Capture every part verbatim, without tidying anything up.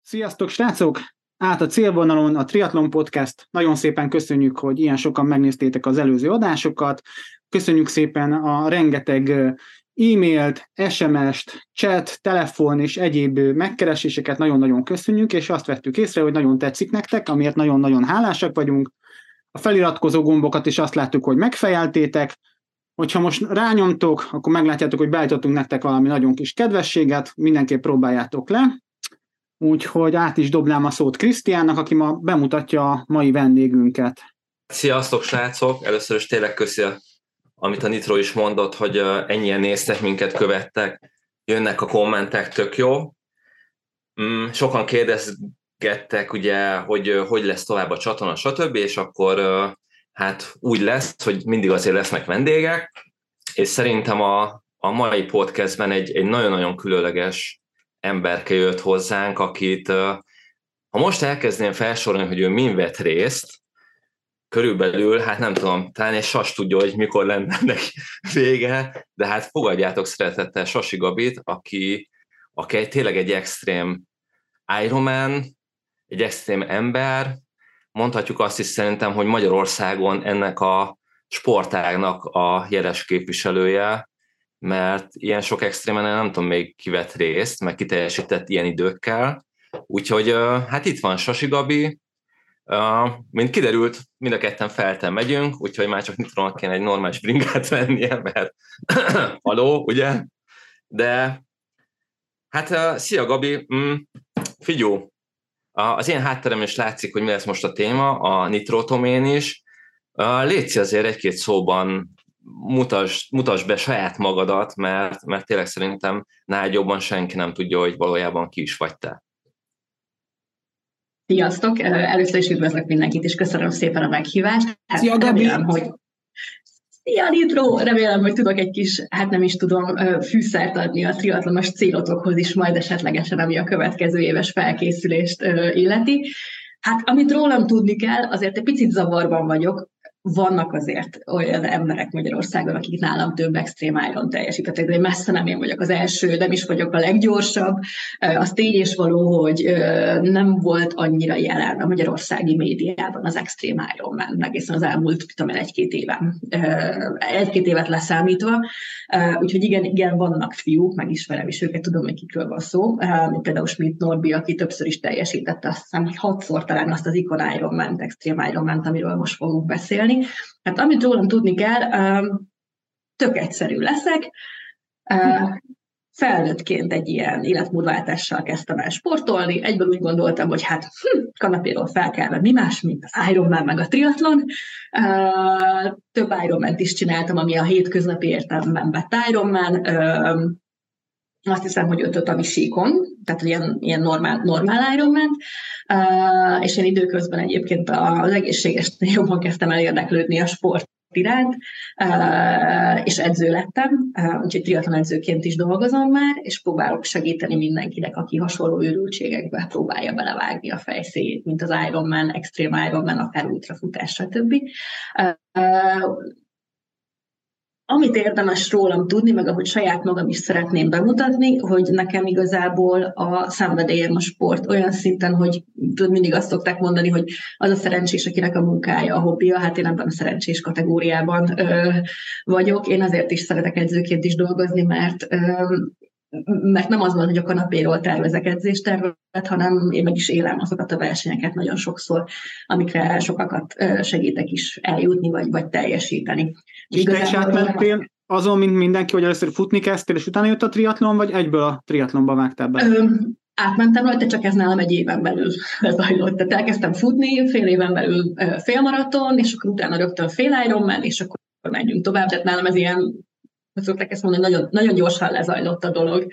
Sziasztok, srácok! Át a célvonalon a Triathlon Podcast. Nagyon szépen köszönjük, hogy ilyen sokan megnéztétek az előző adásokat. Köszönjük szépen a rengeteg e-mailt, es em es-t, chat, telefon és egyéb megkereséseket. Nagyon-nagyon köszönjük, és azt vettük észre, hogy nagyon tetszik nektek, amiért nagyon-nagyon hálásak vagyunk. A feliratkozó gombokat is azt láttuk, hogy megfejeltétek. Hogyha most rányomtok, akkor meglátjátok, hogy beállítottunk nektek valami nagyon kis kedvességet. Mindenképp próbáljátok le. Úgyhogy át is dobnám a szót Krisztiánnak, aki ma bemutatja a mai vendégünket. Sziasztok, srácok! Először is tényleg köszi, amit a Nitro is mondott, hogy ennyien néztek, minket követtek, jönnek a kommentek, tök jó. Sokan kérdezgettek, ugye, hogy hogy lesz tovább a csatorna, stb., és akkor hát úgy lesz, hogy mindig azért lesznek vendégek, és szerintem a, a mai podcastben egy, egy nagyon-nagyon különleges emberke jött hozzánk, akit ha most elkezdeném felsorolni, hogy ő min vett részt, körülbelül, hát nem tudom, talán egy sas tudja, hogy mikor lenne neki vége, de hát fogadjátok szeretettel Sasi Gabit, aki, aki egy, tényleg egy extrém Ironman, egy extrém ember, mondhatjuk azt is szerintem, hogy Magyarországon ennek a sportágnak a jeles képviselője, mert ilyen sok extrémen nem tudom még ki vett részt, meg kiteljesített ilyen időkkel. Úgyhogy hát itt van Sasi Gabi, mint kiderült, mind a ketten felten megyünk, úgyhogy már csak Nitrónak kéne egy normális bringát vennie, mert haló, ugye? De hát szia Gabi, figyú, az én hátterem is látszik, hogy mi lesz most a téma, a Nitrótomén is. Légy azért egy-két szóban Mutasd, mutasd be saját magadat, mert, mert tényleg szerintem nálad jobban senki nem tudja, hogy valójában ki is vagy te. Sziasztok! Először is üdvözlök mindenkit, és köszönöm szépen a meghívást. Hát Szia, remélem, hogy... Szia, Nitro! Remélem, hogy tudok egy kis, hát nem is tudom, fűszert adni a triatlonos célotokhoz is, majd esetlegesen, ami a következő éves felkészülést illeti. Hát amit rólam tudni kell, azért egy picit zavarban vagyok. Vannak azért olyan emberek Magyarországon, akik nálam több extrém Iron teljesítettek, de messze nem én vagyok az első, nem is vagyok a leggyorsabb. Az tény és való, hogy nem volt annyira jelen a magyarországi médiában az extrém Ironman, egészen az elmúlt, tudom, egy-két éven, egy-két évet leszámítva. Úgyhogy igen, igen, vannak fiúk, megismerem is őket, tudom, hogy kikről van szó, mint például Schmidt Norbi, aki többször is teljesítette, azt hiszem, hogy hatszor talán azt az Icon Ironman, extrém Ironman, amiről most fogunk beszélni. Hát amit rólam tudni kell, tök egyszerű leszek. Felnőttként egy ilyen életmódváltással kezdtem el sportolni. Egyből úgy gondoltam, hogy hát hm, kanapéról fel kell, mi más, mint az Ironman meg a triatlon. Több Ironman-t is csináltam, ami a hétköznapi értelemben vett Ironman. Azt hiszem, hogy ötöt a síkon, tehát ilyen, ilyen normál, normál Ironman, uh, és én időközben egyébként az egészségesnél jobban kezdtem el érdeklődni a sport iránt, uh, és edző lettem, uh, úgyhogy triatlon edzőként is dolgozom már, és próbálok segíteni mindenkinek, aki hasonló őrültségekbe próbálja belevágni a fejszéjét, mint az Ironman, Extreme Ironman, akár ultrafutás, stb. Uh, Amit érdemes rólam tudni, meg ahogy saját magam is szeretném bemutatni, hogy nekem igazából a szenvedélyem a sport olyan szinten, hogy mindig azt szokták mondani, hogy az a szerencsés, akinek a munkája, a hobbija, hát én ebben a szerencsés kategóriában ö, vagyok. Én azért is szeretek edzőként is dolgozni, mert ö, mert nem az van, hogy a kanapéról tervezek edzéstervet, hanem én meg is élem azokat a versenyeket nagyon sokszor, amikre sokakat segítek is eljutni, vagy, vagy teljesíteni. És te is átmentél azon, mint mindenki, hogy először futni kezdtél, és utána jött a triatlon, vagy egyből a triatlonba vágtál be? Ö, átmentem rajta, csak ez nálam egy éven belül zajlott. Tehát elkezdtem futni, fél éven belül félmaraton, és akkor utána rögtön fél Ironman, és akkor menjünk tovább. Tehát nálam ez ilyen, hogy szokták ezt mondani, nagyon, nagyon gyorsan lezajlott a dolog,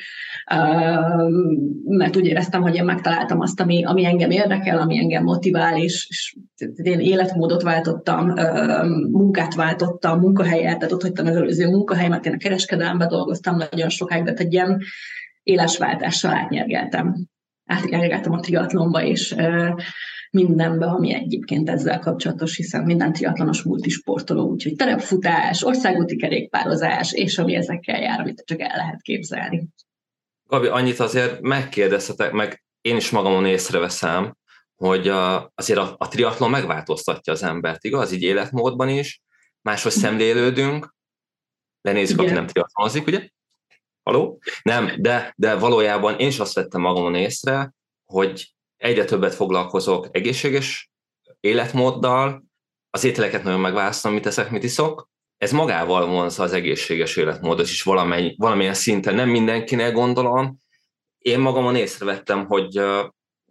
mert úgy éreztem, hogy én megtaláltam azt, ami, ami engem érdekel, ami engem motivál, és, és én életmódot váltottam, munkát váltottam, munkahelyet, tehát ott hagytam az előző munkahelyemet, én a kereskedelemben dolgoztam nagyon sokáig, de egy ilyen élesváltással átnyergeltem. Átnyergeltem a triatlonba, és mindenbe, ami egyébként ezzel kapcsolatos, hiszen minden triatlonos multisportoló, úgyhogy terepfutás, országúti kerékpározás, és ami ezekkel jár, amit csak el lehet képzelni. Gabi, annyit azért megkérdeztetek, meg én is magamon észreveszem, hogy a, azért a, a triatlon megváltoztatja az embert, igaz? Így életmódban is, máshogy szemlélődünk, lenézzük, aki nem triatlonozik, ugye? Haló? Nem, de, de valójában én is azt vettem magamon észre, hogy egyre többet foglalkozok egészséges életmóddal, az ételeket nagyon megválasztom, mit eszek, mit iszok. Ez magával vonzza az egészséges életmódot is valamely, valamilyen szinten, nem mindenkinek gondolom. Én magamon észrevettem, hogy uh,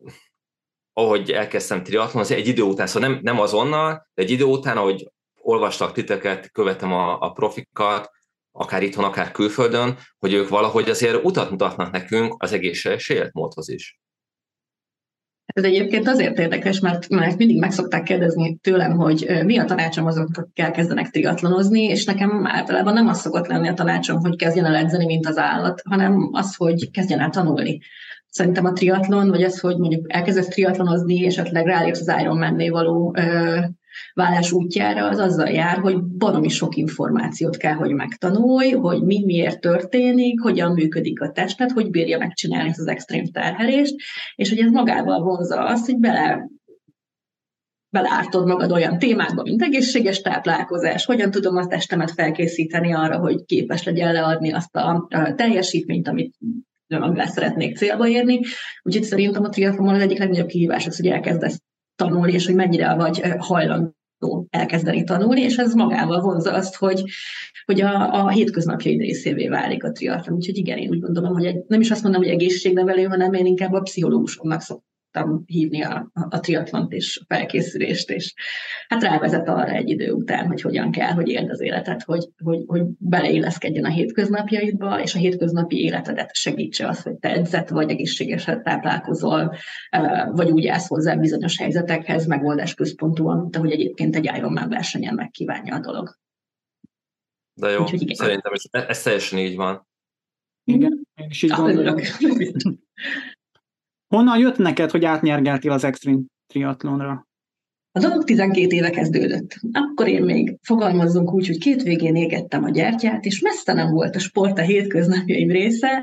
ahogy elkezdtem triatlonozni, egy idő után, szóval nem, nem azonnal, de egy idő után, ahogy olvastak titeket, követem a, a profikat, akár itthon, akár külföldön, hogy ők valahogy azért utat mutatnak nekünk az egészséges életmódhoz is. Ez egyébként azért érdekes, mert, mert mindig meg szokták kérdezni tőlem, hogy mi a tanácsom azoknak, akik elkezdenek triatlonozni, és nekem általában nem az szokott lenni a tanácsom, hogy kezdjen el edzeni, mint az állat, hanem az, hogy kezdjen el tanulni. Szerintem a triatlon, vagy az, hogy mondjuk elkezdesz triatlonozni, esetleg rálépsz az Ironman-nél való ö, válás útjára, az azzal jár, hogy baromi sok információt kell, hogy megtanulj, hogy mi miért történik, hogyan működik a tested, hogy bírja megcsinálni az extrém terhelést, és hogy ez magával vonzza azt, hogy bele beleártod magad olyan témákba, mint egészséges táplálkozás, hogyan tudom a testemet felkészíteni arra, hogy képes legyen leadni azt a, a teljesítményt, amit amivel szeretnék célba érni. Úgyhogy szerintem a triatlonban az egyik legnagyobb kihívás az, hogy elkezdesz tanulni, és hogy mennyire vagy hajlandó elkezdeni tanulni, és ez magával vonzza azt, hogy, hogy a, a hétköznapjaid részévé válik a triatlon. Úgyhogy igen, én úgy gondolom, hogy egy, nem is azt mondom, hogy egészségnevelő, hanem én inkább a pszichológusomnak szoktam hívni a, a triatlont és a felkészülést, és hát rávezet arra egy idő után, hogy hogyan kell, hogy éld az életet, hogy, hogy, hogy beleilleszkedjen a hétköznapjaidba, és a hétköznapi életedet segítse az, hogy te edzett vagy, egészségesen táplálkozol, vagy úgy állsz hozzá bizonyos helyzetekhez, megoldásközpontúan, mint ahogy egyébként egy Ironman versenyen megkívánja a dolog. De jó, szerintem ez, ez teljesen így van. Igen, én is így gondolom. Honnan jött neked, hogy átnyergeltél az extrém triatlonra? A dolog tizenkét éve kezdődött. Akkor én még fogalmazzunk úgy, hogy két végén égettem a gyertyát, és messze nem volt a sport a hétköznapjaim része.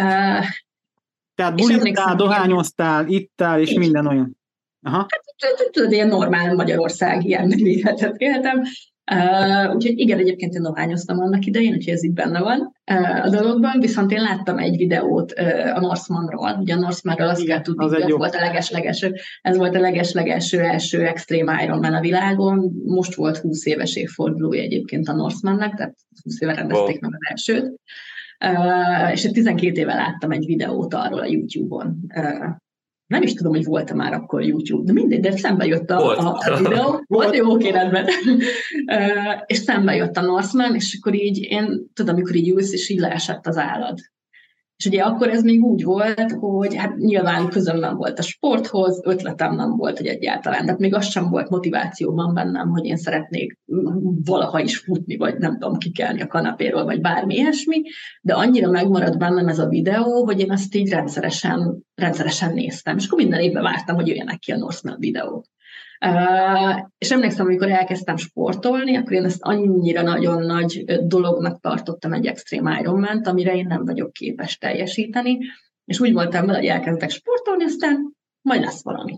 Tehát buliztál, dohányoztál, ittál, és minden olyan. Aha. Hát tudod, ilyen normál Magyarország ilyen életet éltem. Uh, úgyhogy igen, egyébként én dohányoztam annak idején, úgyhogy ez itt benne van uh, a dologban, viszont én láttam egy videót uh, a Norsemanról, ugye a Norsemanról azt kell tudni, hogy ez volt a legeslegeső, ez volt a legeslegeső első extrém Ironman a világon, most volt húsz éves évfordulója egyébként a Norsemannek, tehát húsz éve rendezték meg az elsőt, uh, és tizenkét éve láttam egy videót arról a YouTube-on. Uh, Nem is tudom, hogy volt-e már akkor YouTube, de mindegy, de szembe jött a, a, a videó, volt jó kéretben, uh, és szembe jött a Norseman, és akkor így én, tudom, amikor így ülsz, és így leesett az állad. És ugye akkor ez még úgy volt, hogy hát nyilván közöm nem volt a sporthoz, ötletem nem volt, hogy egyáltalán, tehát még az sem volt motivációban bennem, hogy én szeretnék valaha is futni, vagy nem tudom, kikelni a kanapéról, vagy bármi ilyesmi, de annyira megmaradt bennem ez a videó, hogy én azt így rendszeresen, rendszeresen néztem, és akkor minden évben vártam, hogy jöjjenek ki a Norseman videók. Uh, és emlékszem, amikor elkezdtem sportolni, akkor én ezt annyira nagyon nagy dolognak tartottam egy extrém Ironman-t, amire én nem vagyok képes teljesíteni, és úgy voltam vele, hogy elkezdek sportolni, aztán majd lesz valami.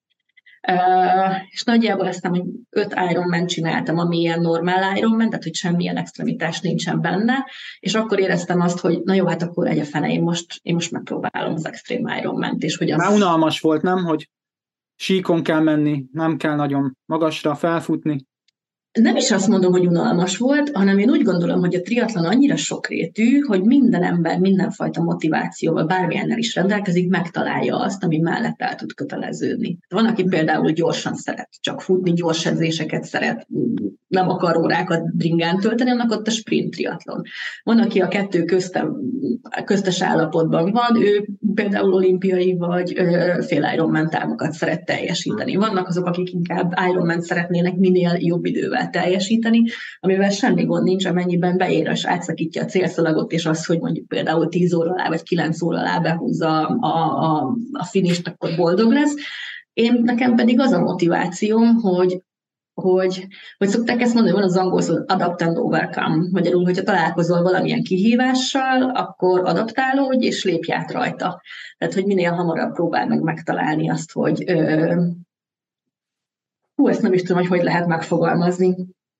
Uh, és nagyjából aztán, hogy öt Ironman csináltam, ami ilyen normál Ironman, tehát hogy semmilyen extremitás nincsen benne, és akkor éreztem azt, hogy na jó, hát akkor egy a fene, én most, én most megpróbálom az extrém Ironman-t, és hogy az... Már unalmas volt, nem? Hogy síkon kell menni, nem kell nagyon magasra felfutni. Nem is azt mondom, hogy unalmas volt, hanem én úgy gondolom, hogy a triatlon annyira sokrétű, hogy minden ember mindenfajta motivációval, bármilyennel is rendelkezik, megtalálja azt, ami mellett el tud köteleződni. Van, aki például gyorsan szeret csak futni, gyors edzéseket szeret, nem akar órákat bringán tölteni, annak ott a sprint triatlon. Van, aki a kettő közte, köztes állapotban van, ő például olimpiai vagy fél Ironman távokat szeret teljesíteni. Vannak azok, akik inkább Ironman szeretnének minél jobb idővel teljesíteni, amivel semmi gond nincs, amennyiben beér és átszakítja a célszalagot, és az, hogy mondjuk például tíz óra alá, vagy kilenc óra alá behúzza a, a, a finist, akkor boldog lesz. Én nekem pedig az a motivációm, hogy hogy, hogy szokták ezt mondani, van az angol szó, adapt and overcome. Magyarul, hogyha találkozol valamilyen kihívással, akkor adaptálódj, és lépj át rajta. Tehát, hogy minél hamarabb próbál meg megtalálni azt, hogy ö, hú, ezt nem is tudom, hogy hogy lehet megfogalmazni.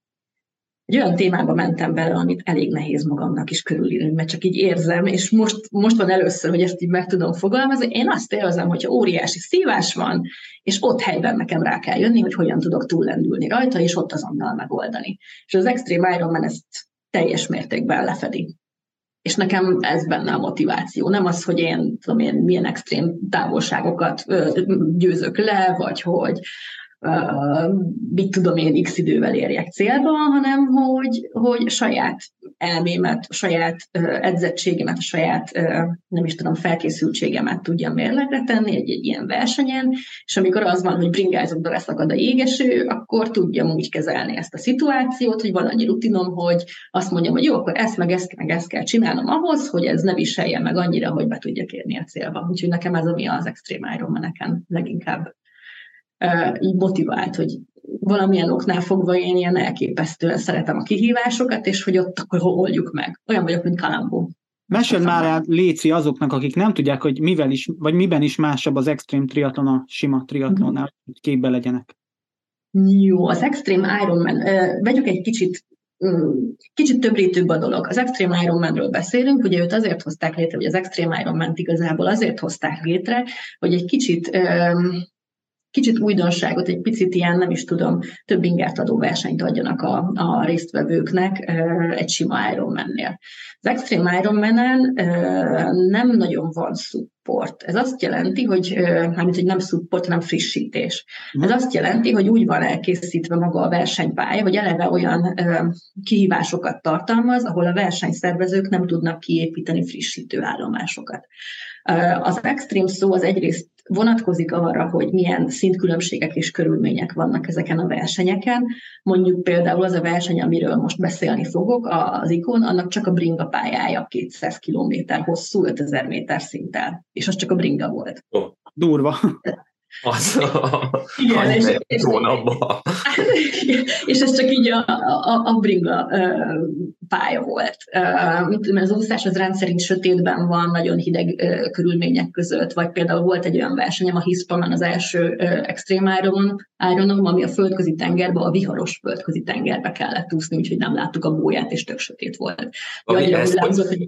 Egy olyan témába mentem bele, amit elég nehéz magamnak is körülírni, mert csak így érzem, és most, most van először, hogy ezt így meg tudom fogalmazni. Én azt érzem, hogyha óriási szívás van, és ott helyben nekem rá kell jönni, hogy hogyan tudok túllendülni rajta, és ott azonnal megoldani. És az Extreme Ironman ezt teljes mértékben lefedi. És nekem ez benne a motiváció. Nem az, hogy én, tudom én, milyen extrém távolságokat győzök le, vagy hogy Uh, mit tudom én x idővel érjek célba, hanem hogy, hogy saját elmémet, a saját uh, edzettségemet, a saját uh, nem is tudom, felkészültségemet tudjam mérlegre tenni egy, egy ilyen versenyen, és amikor az van, hogy bringázok, de leszakad a jégeső, akkor tudjam úgy kezelni ezt a szituációt, hogy van annyi rutinom, hogy azt mondjam, hogy jó, akkor ezt meg ezt, meg ezt kell csinálnom ahhoz, hogy ez ne viseljen meg annyira, hogy be tudjak érni a célba. Úgyhogy nekem ez, ami az Extreme Ironman-eken leginkább így motivált, hogy valamilyen oknál fogva én ilyen elképesztően szeretem a kihívásokat, és hogy ott akkor oldjuk meg. Olyan vagyok, mint Columbo. Meséld már el, Léci, azoknak, akik nem tudják, hogy mivel is, vagy miben is másabb az extrém triatlon a sima triatlonnál, hogy képbe legyenek. Jó, az Extreme Ironman, vegyük egy kicsit Kicsit több rétűbb a dolog. Az Extreme Ironmanről beszélünk, ugye őt azért hozták létre, hogy az Extreme Ironman igazából azért hozták létre, hogy egy kicsit kicsit újdonságot, egy picit ilyen, nem is tudom, több ingert adó versenyt adjanak a, a résztvevőknek egy sima Ironman-nél. Az Extreme Ironman-en nem nagyon van support. Ez azt jelenti, hogy, mármint, hogy nem support, hanem frissítés. Ez azt jelenti, hogy úgy van elkészítve maga a versenypálya, hogy eleve olyan kihívásokat tartalmaz, ahol a versenyszervezők nem tudnak kiépíteni frissítő állomásokat. Az extrém szó az egyrészt vonatkozik arra, hogy milyen szintkülönbségek és körülmények vannak ezeken a versenyeken. Mondjuk például az a verseny, amiről most beszélni fogok, az Ikon, annak csak a bringa pályája kétszáz kilométer hosszú, ötezer méter szinttel. És az csak a bringa volt. Oh. Durva. Az a... Igen, és, és, és ez csak így a, a, a bringa uh, pálya volt. Uh, az úszás az rendszerint sötétben van, nagyon hideg uh, körülmények között, vagy például volt egy olyan versenyem, a Hispaman az első uh, Extreme Ironon, Ironom, ami a földközi tengerbe, a viharos földközi tengerbe kellett úszni, úgyhogy nem láttuk a bóját, és tök sötét volt. Vagy ezt, hogy... hogy...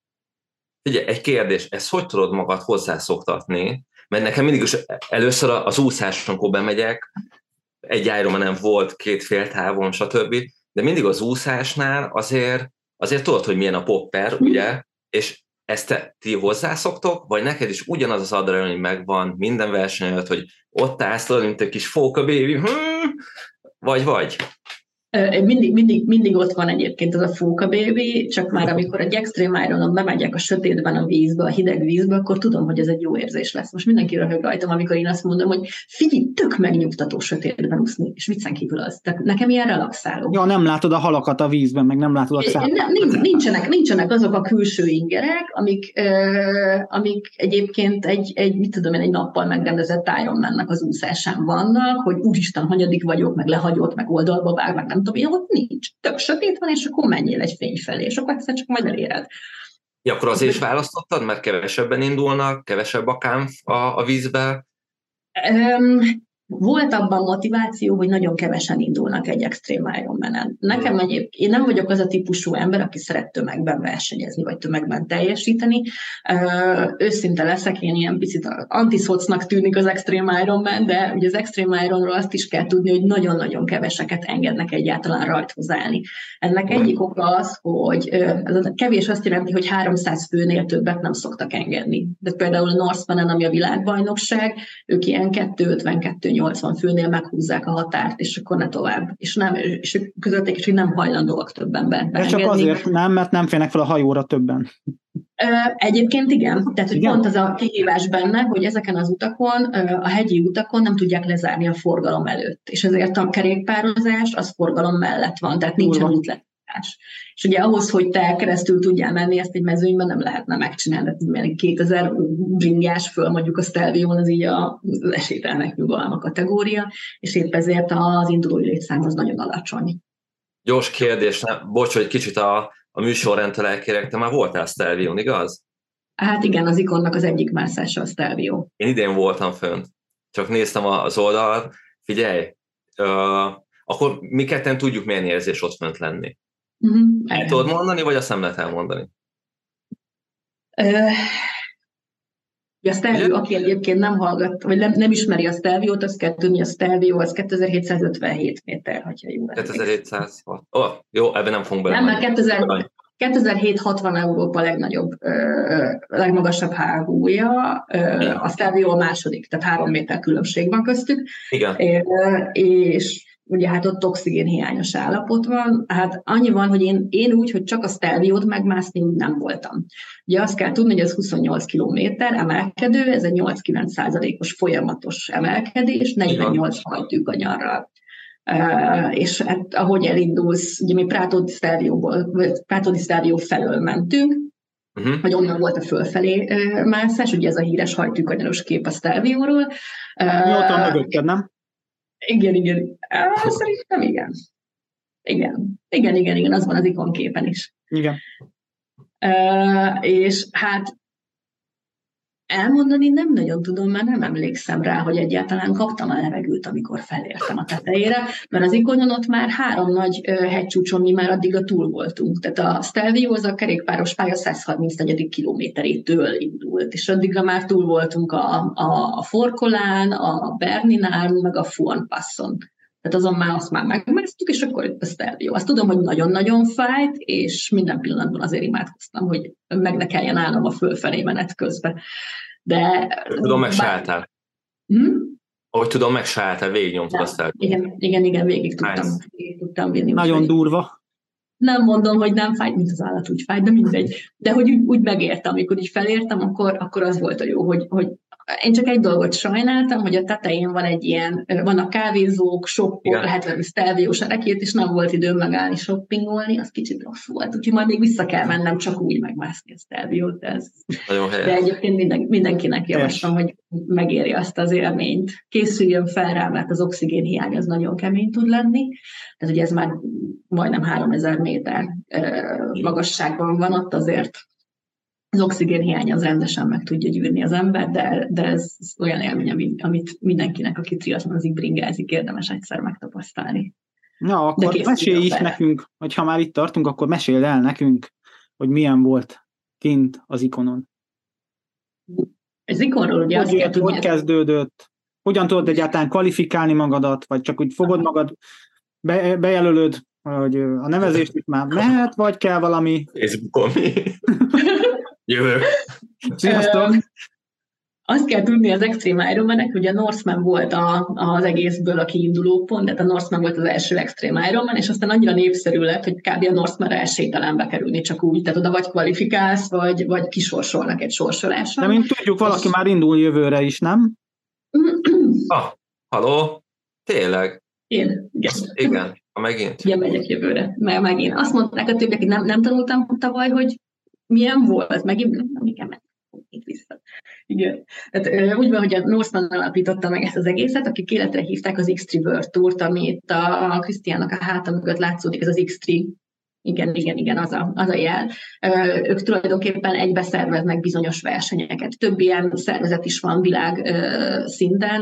Ugye, egy kérdés, ezt hogy tudod magad hozzászoktatni? Mert nekem mindig is először az úszáson, amikor bemegyek, egy Ironmanen volt, két féltávon, stb., de mindig az úszásnál azért, azért tudod, hogy milyen a popper, ugye, és ezt te, ti hozzászoktok, vagy neked is ugyanaz az adrenalin megvan minden verseny előtt, hogy ott állsz, mint egy kis fóka baby, hmm, vagy vagy? Mindig, mindig, mindig ott van egyébként az a fóka baby, csak már amikor egy Extreme Ironon bemegyek a sötétben a vízbe, a hideg vízbe, akkor tudom, hogy ez egy jó érzés lesz. Most mindenki röhög rajtam, amikor én azt mondom, hogy figyelj, tök megnyugtató sötétben úszni, és viccen kívül az. Tehát nekem ilyen relaxáló. Ja, nem látod a halakat a vízben, meg nem látod a szállókat. Nincsenek, nincsenek azok a külső ingerek, amik, euh, amik egyébként egy, egy, mit tudom én, egy nappal megrendezett Ironmannek az úszásán vannak, hogy úristen, hanyadik vagyok, meg lehagyott, meg oldalba vág, meg nem tudom, én ott nincs. Tök sötét van, és akkor menjél egy fény felé, és akkor egyszer csak majd eléred. Ja, akkor azért is választottad, mert kevesebben indulnak, kevesebb a kámf a, a vízbe? Um, Volt abban motiváció, hogy nagyon kevesen indulnak egy Extreme Ironmanen. Nekem egyébként, én nem vagyok az a típusú ember, aki szeret tömegben versenyezni, vagy tömegben teljesíteni. Ö, őszinte leszek, én ilyen picit antiszocnak tűnik az Extreme Ironman, de ugye az Extreme Ironról azt is kell tudni, hogy nagyon-nagyon keveseket engednek egyáltalán rajthoz állni. Ennek egyik oka az, hogy ez a kevés azt jelenti, hogy háromszáz főnél többet nem szoktak engedni. De például a Northmanen, ami a világbajnokság, ők ilyen kettőszázötvenkettő nyolcvan főnél meghúzzák a határt, és akkor ne tovább. És, nem, és ők közötték is, hogy nem hajlandóak többen beengedni. De csak azért nem, mert nem félnek fel a hajóra többen. Egyébként igen. Tehát, hogy igen? Pont az a kihívás benne, hogy ezeken az utakon, a hegyi utakon nem tudják lezárni a forgalom előtt. És ezért a kerékpározás az forgalom mellett van, tehát nincsen útletiltás. más. És ugye ahhoz, hogy te keresztül tudjál menni, ezt egy mezőnyben nem lehetne megcsinálni, mert kétezer bringás föl mondjuk a Stelvión, az így az esélytelenek nyugalma kategória, és épp ezért az indulói létszám az nagyon alacsony. Gyors kérdés, ne, bocs, hogy kicsit a, a műsorrendtől elkérek, te már voltál Stelvión, igaz? Hát igen, az Ikonnak az egyik mászása a Stelvio. Én idén voltam fönt, csak néztem az oldalt, figyelj, uh, akkor mi ketten tudjuk, milyen érzés ott fönt lenni. Uh-huh. El tudod mondani, vagy azt nem lehet elmondani? Uh, a Stelvio, aki egyébként nem hallgat, vagy nem, nem ismeri a Stelviót, azt kell tudni, a Stelvio az kétezer-hétszázötvenhét méter, hogyha jól kétezer-hétszázhat. Oh, jó, ebben nem fogunk bele. Nem, mert kétezer-hét hatvan Európa legnagyobb, ö, legmagasabb hágója, ö, a Stelvio a második, tehát három méter különbség van köztük. Igen. É, és ugye hát ott oxigénhiányos állapot van. Hát annyi van, hogy én, én úgy, hogy csak a Stelviót megmászni úgy nem voltam. Ugye azt kell tudni, hogy ez huszonnyolc kilométer emelkedő, ez egy nyolc-kilenc százalékos folyamatos emelkedés, negyvennyolc hajtűkanyarral. Uh, és hát ahogy elindulsz, ugye mi Prato di Stelvioból, Prato di Stelvio felől mentünk, uh-huh. vagy onnan volt a fölfelé uh, mászás, ugye ez a híres hajtűkanyaros kép a Stelvióról. Uh, mi ott van mögötted, nem? Igen, igen. Uh, szerintem igen. Igen. Igen, igen, igen, az van az ikonképen is. Igen. Uh, és hát elmondani nem nagyon tudom, mert nem emlékszem rá, hogy egyáltalán kaptam a levegőt, amikor felértem a tetejére, mert az Ikonon ott már három nagy hegycsúcson mi már addig a túl voltunk. Tehát a Stelvio az a kerékpáros pálya százharmincnegyedik kilométerétől indult, és addigra már túl voltunk a, a, a Forkolán, a Berninán, meg a Fuon Passon. Tehát azon már azt már megmásztuk, és akkor itt a Stelvio. Azt tudom, hogy nagyon-nagyon fájt, és minden pillanatban azért imádkoztam, hogy meg ne kelljen állnom a fölfelé menet közben. De... Tudom, meg se álltál. Hm? Ahogy tudom, meg se álltál, végignyomtad a Stelviót. Igen, igen, igen, végig tudtam, végig tudtam vinni. Nagyon úgy, durva. Nem mondom, hogy nem fájt, mint az állat úgy fájt, de mindegy. De hogy úgy, úgy megértem, amikor így felértem, akkor, akkor az volt a jó, hogy, hogy én csak egy dolgot sajnáltam, hogy a tetején van egy ilyen, vannak kávézók, shoppok, lehet venni Stelviós erekét, és nem volt időm megállni shoppingolni, az kicsit rossz volt, úgyhogy majd még vissza kell mennem csak úgy megmászni a Stelviót. Ez. De egyébként minden, mindenkinek javaslom, hogy megéri azt az élményt. Készüljön fel rá, mert az oxigénhiány az nagyon kemény tud lenni. Tehát ugye ez már majdnem háromezer méter magasságban van, ott azért az oxigénhiány az rendesen meg tudja gyűrni az ember, de, de ez olyan élmény, amit mindenkinek, aki triatlonozik, bringázik, érdemes egyszer megtapasztalni. Na, akkor mesélj is nekünk, hogyha már itt tartunk, akkor meséld el nekünk, hogy milyen volt kint az Ikonon. Az Ikonról ugye hogy, azt hogy kezdődött, hogyan tudod egyáltalán kvalifikálni magadat, vagy csak úgy fogod magad, be, bejelölöd, hogy a nevezést itt már mehet, vagy kell valami... Facebookon mi? Jövök. Sziasztok! Azt kell tudni az Extreme Ironman-nek, hogy a Norseman volt a, az egészből a kiinduló pont, tehát a Norseman volt az első Extreme Ironman, és aztán annyira népszerű lett, hogy kb. A Norsemanre esélytelen bekerülni csak úgy, tehát oda vagy kvalifikálsz, vagy, vagy kisorsolnak egy sorsoláson. De mint tudjuk, valaki és... már indul jövőre is, nem? ah, haló? Tényleg? Én, igen. Igen, ha megint. Igen, megyek jövőre, mert megint. Azt mondták a többiek, hogy nem, nem tanultam tavaly, hogy milyen volt, megint nem kell menni vissza. Igen. Tehát, úgy van, hogy a Norseman alapította meg ezt az egészet, akik életre hívták az X-Tree World Tourt, amit a Krisztiánnak a háta mögött látszódik, ez az X-Tree. Igen, igen, igen, az a, az a jel. Ők tulajdonképpen egybe szerveznek bizonyos versenyeket. Több ilyen szervezet is van világ szinten,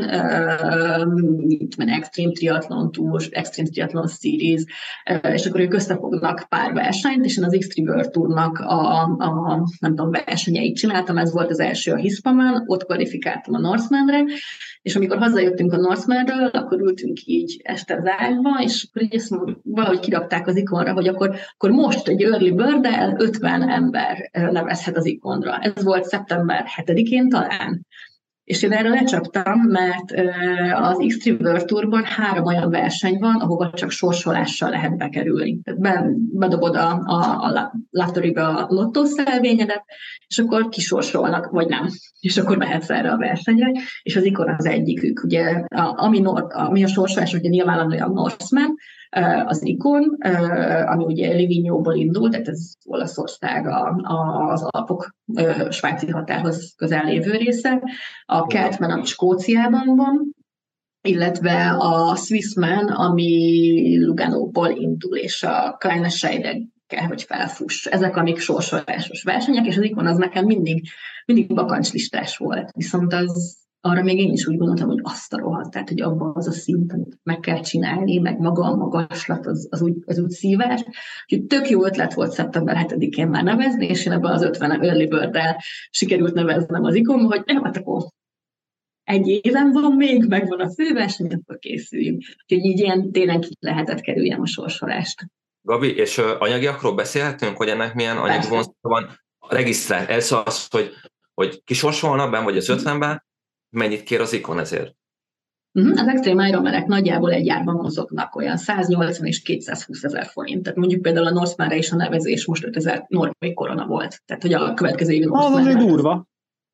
mint Extreme Triathlon Tour, Extreme Triathlon Series, és akkor ők összefognak pár versenyt, és én az X-Tree World Tournak a, a nem tudom, versenyeit csináltam, ez volt az első a Hispaman, ott kvalifikáltam a Norsemanre, és amikor hazajöttünk a Norsemanről, akkor ültünk így este az ágyba, és akkor így ezt valahogy kirakták az Ikonra, hogy akkor, akkor most egy early bird-el ötven ember nevezhet az Ikonra. Ez volt szeptember hetedikén talán. És én erre lecsaptam, mert az X-Tree World Tourban három olyan verseny van, ahova csak sorsolással lehet bekerülni. Tehát be, bedobod a, a, a lotterybe a lottószelvényedet, és akkor kisorsolnak, vagy nem. És akkor mehetsz erre a versenyre, és az Ikon az egyikük. Ugye, a, ami, nor, ami a sorsolás, ugye nyilván olyan Norseman, az ikon, ami ugye Livignóból indult, tehát ez Olaszország a, a, az Alpok svájci határhoz közel lévő része, a Keltman, ami Skóciában van, illetve a Swissman, ami Luganóból indul, és a Kleine Scheide kell, hogy felfuss. Ezek, amik sorsolásos versenyek, és az ikon az nekem mindig, mindig bakancslistás volt. Viszont az, arra még én is úgy gondoltam, hogy azt a rohadt, tehát, hogy abban az a szint, amit meg kell csinálni, meg maga a magaslat, az, az, úgy, az úgy szívás. Úgyhogy tök jó ötlet volt szeptember hetedikén már nevezni, és én ebben az ötven early bird-del sikerült neveznem az ikonba, hogy nem, hát akkor egy éven van még, megvan a főverseny, akkor készüljünk. Úgyhogy így ilyen tényleg ki lehetett kerüljem a sorsolást. Gabi, és uh, anyagiakról beszélhetünk, hogy ennek milyen anyagi vonzata van? A regisztrál, ez az, hogy, hogy kisorsolnak benn, vagy az ötvenben, mennyit kér az ikon ezért? Uh-huh. Az Extreme Ironmanek nagyjából egy árban mozognak, olyan száznyolcvan és kétszázhúsz ezer forint. Tehát mondjuk például a Norsemanre is a nevezés most ötezer norvég korona volt. Tehát, hogy a következő évi Norseman. Az azért durva.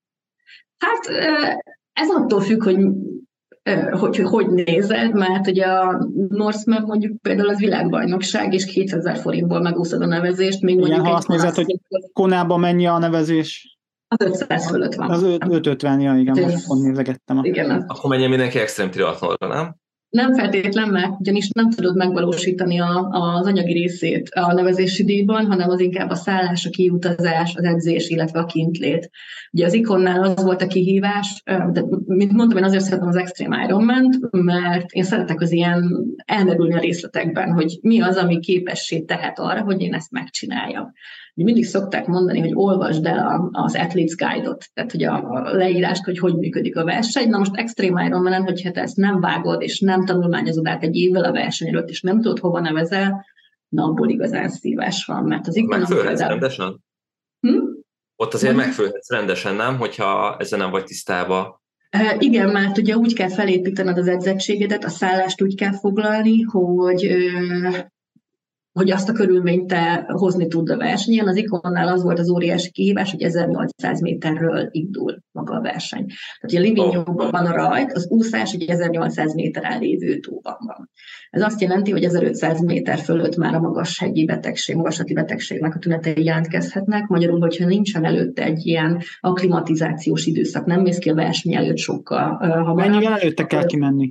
Hát ez attól függ, hogy hogy, hogy hogy nézed, mert ugye a Norseman mondjuk például az világbajnokság, és kétezer forintból megúszod a nevezést, még igen, mondjuk ha azt nézed, hogy Konában mennyi a nevezés? Az ötszáz fölött van. Az ötszázötven, ja, igen, most pont nézegettem. Igen, az... Akkor menjen mindenki extrém triatlonra, nem? Nem feltétlen, mert ugyanis nem tudod megvalósítani a, az anyagi részét a nevezési díjban, hanem az inkább a szállás, a kiutazás, az edzés, illetve a kintlét. Ugye az ikonnál az volt a kihívás, de mint mondtam, én azért szeretem az Extreme Ironman-t, mert én szeretek az ilyen elmerülni a részletekben, hogy mi az, ami képessé tehet arra, hogy én ezt megcsináljam. Mindig szokták mondani, hogy olvasd el az Athletes Guide-ot, tehát hogy a leírást, hogy hogy működik a verseny. Na most Extreme Ironman-en, hogyha te ezt nem vágod, és nem tanulmányozod át egy évvel a verseny előtt, és nem tudod, hova nevezel, na abból igazán szívás van. Mert az ikon... Megfölhetsz rendesen? Hm? Ott azért megfölhetsz rendesen, nem? Hogyha ezzel nem vagy tisztában. Uh, igen, mert ugye úgy kell felépítened az edzettségedet, a szállást úgy kell foglalni, hogy... Uh, hogy azt a körülményt te hozni tud a versenyen. Az ikonnál az volt az óriási kihívás, hogy ezernyolcszáz méterről indul maga a verseny. Tehát, hogy a Livignóban van a rajt, az úszás egy ezernyolcszáz méteren lévő tóban van. Ez azt jelenti, hogy ezerötszáz méter fölött már a magashegyi betegség, magaslati betegségnek a tünetei jelentkezhetnek. Magyarul, hogyha nincsen előtte egy ilyen akklimatizációs időszak, nem mész ki a verseny előtt sokkal uh, hamarabb. Mennyivel előtte kell kimenni?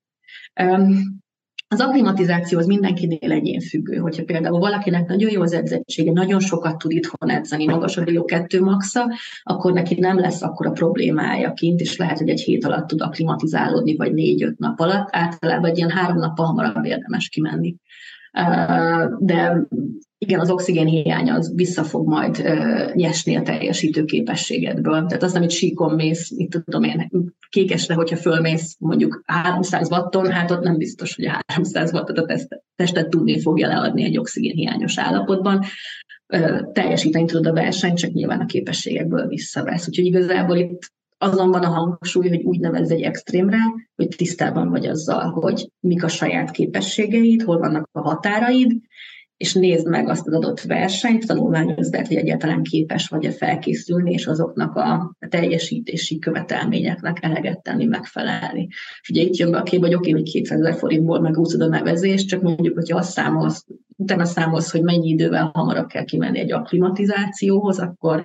Um, Az akklimatizáció az mindenkinél egyénfüggő, hogyha például valakinek nagyon jó az edzettsége, nagyon sokat tud itthon edzeni, magas a bé o kettő maxa, akkor neki nem lesz akkora problémája kint, és lehet, hogy egy hét alatt tud akklimatizálódni, vagy négy-öt nap alatt. Általában egy ilyen három nappal hamarabb érdemes kimenni. De igen, az oxigén hiány az vissza fog majd uh, nyesni a teljesítő képességedből. Tehát azt, amit síkon mész, itt tudom én, Kékesre, hogyha fölmész mondjuk háromszáz watton, hát ott nem biztos, hogy a háromszáz wattot a testet, testet tudni fogja leadni egy oxigén hiányos állapotban. Uh, teljesíteni tudod a versenyt, csak nyilván a képességekből visszavesz. Úgyhogy igazából itt azon van a hangsúly, hogy úgy nevezz egy extrémre, hogy tisztában vagy azzal, hogy mik a saját képességeid, hol vannak a határaid, és nézd meg azt az adott versenyt, tanulmányozd el, hogy egyáltalán képes vagy-e felkészülni, és azoknak a teljesítési követelményeknek eleget tenni, megfelelni. És ugye itt jön be a kép, hogy oké, hogy kétszázezer forintból megúszod a nevezést, csak mondjuk, hogyha azt számolsz, utána számolsz, hogy mennyi idővel hamarabb kell kimenni egy akklimatizációhoz, akkor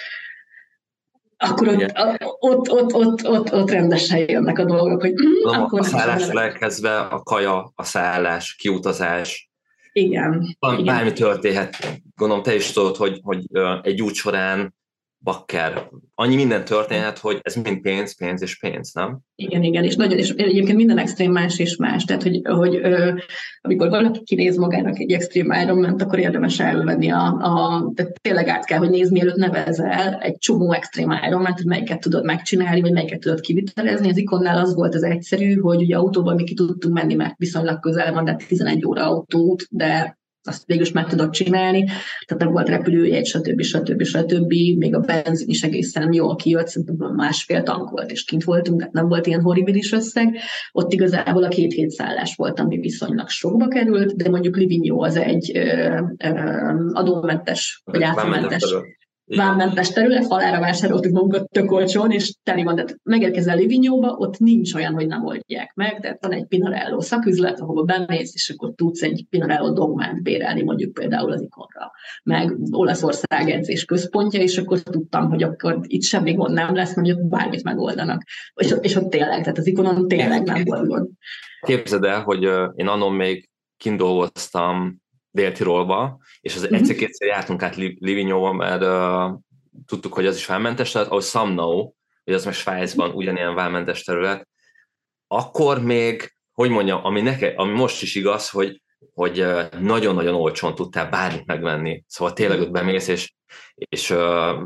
akkor ott, ott, ott, ott, ott, ott rendesen jönnek a dolgok, hogy mm, Na, akkor a szállásra elkezdve a kaja, a szállás, kiutazás. Igen. Bármi igen. történhet. Gondolom, te is tudod, hogy, hogy egy út során bakker. Annyi minden történhet, hogy ez mind pénz, pénz és pénz, nem? Igen, igen, és nagyon, és egyébként minden extrém más és más. Tehát, hogy, hogy ö, amikor valaki kinéz magának egy extrém Ironman-t, akkor érdemes elvenni a, a, tehát tényleg át kell, hogy nézni, mielőtt nevezel egy csomó extrém Ironman-t, hogy melyiket tudod megcsinálni, vagy melyiket tudod kivitelezni. Az ikonnál az volt az egyszerű, hogy ugye autóban mi ki tudtunk menni, mert viszonylag közel van, de tizenegy óra autóút, de azt végül is meg tudod csinálni, tehát nem volt repülőjegy, stb. stb. stb. Még a benzin is egészen jól kijött, szerintem másfél tank volt, és kint voltunk, tehát nem volt ilyen horribilis összeg. Ott igazából a két hét szállás volt, ami viszonylag sokba került, de mondjuk Livigno az egy ö, ö, adómentes, vagy áfamentes. vámmentes terület, falára vásároltuk magunkat tök olcsón, és teli van, tehát megérkezel Livignóba, ott nincs olyan, hogy nem oldják meg, tehát van egy Pinarello szaküzlet, ahova bemész, és akkor tudsz egy Pinarello dogmát bérelni, mondjuk például az Ikonra, meg Olaszország edzés központja, és akkor tudtam, hogy akkor itt semmi gond nem lesz, mert ott bármit megoldanak. És, és ott tényleg, tehát az Ikonon tényleg nem volt gond. Képzeld el, hogy én annon még kint dolgoztam Dél-Tirolba, és az uh-huh. egyszer-kétszer jártunk át Livignóba, mert uh, tudtuk, hogy az is vámmentes terület, ahol Samnau, hogy az meg Svájcban ugyanilyen vámmentes terület, akkor még, hogy mondjam, ami, neke, ami most is igaz, hogy, hogy uh, nagyon-nagyon olcsón tudtál bármit megvenni. Szóval tényleg ott bemész, és, és uh,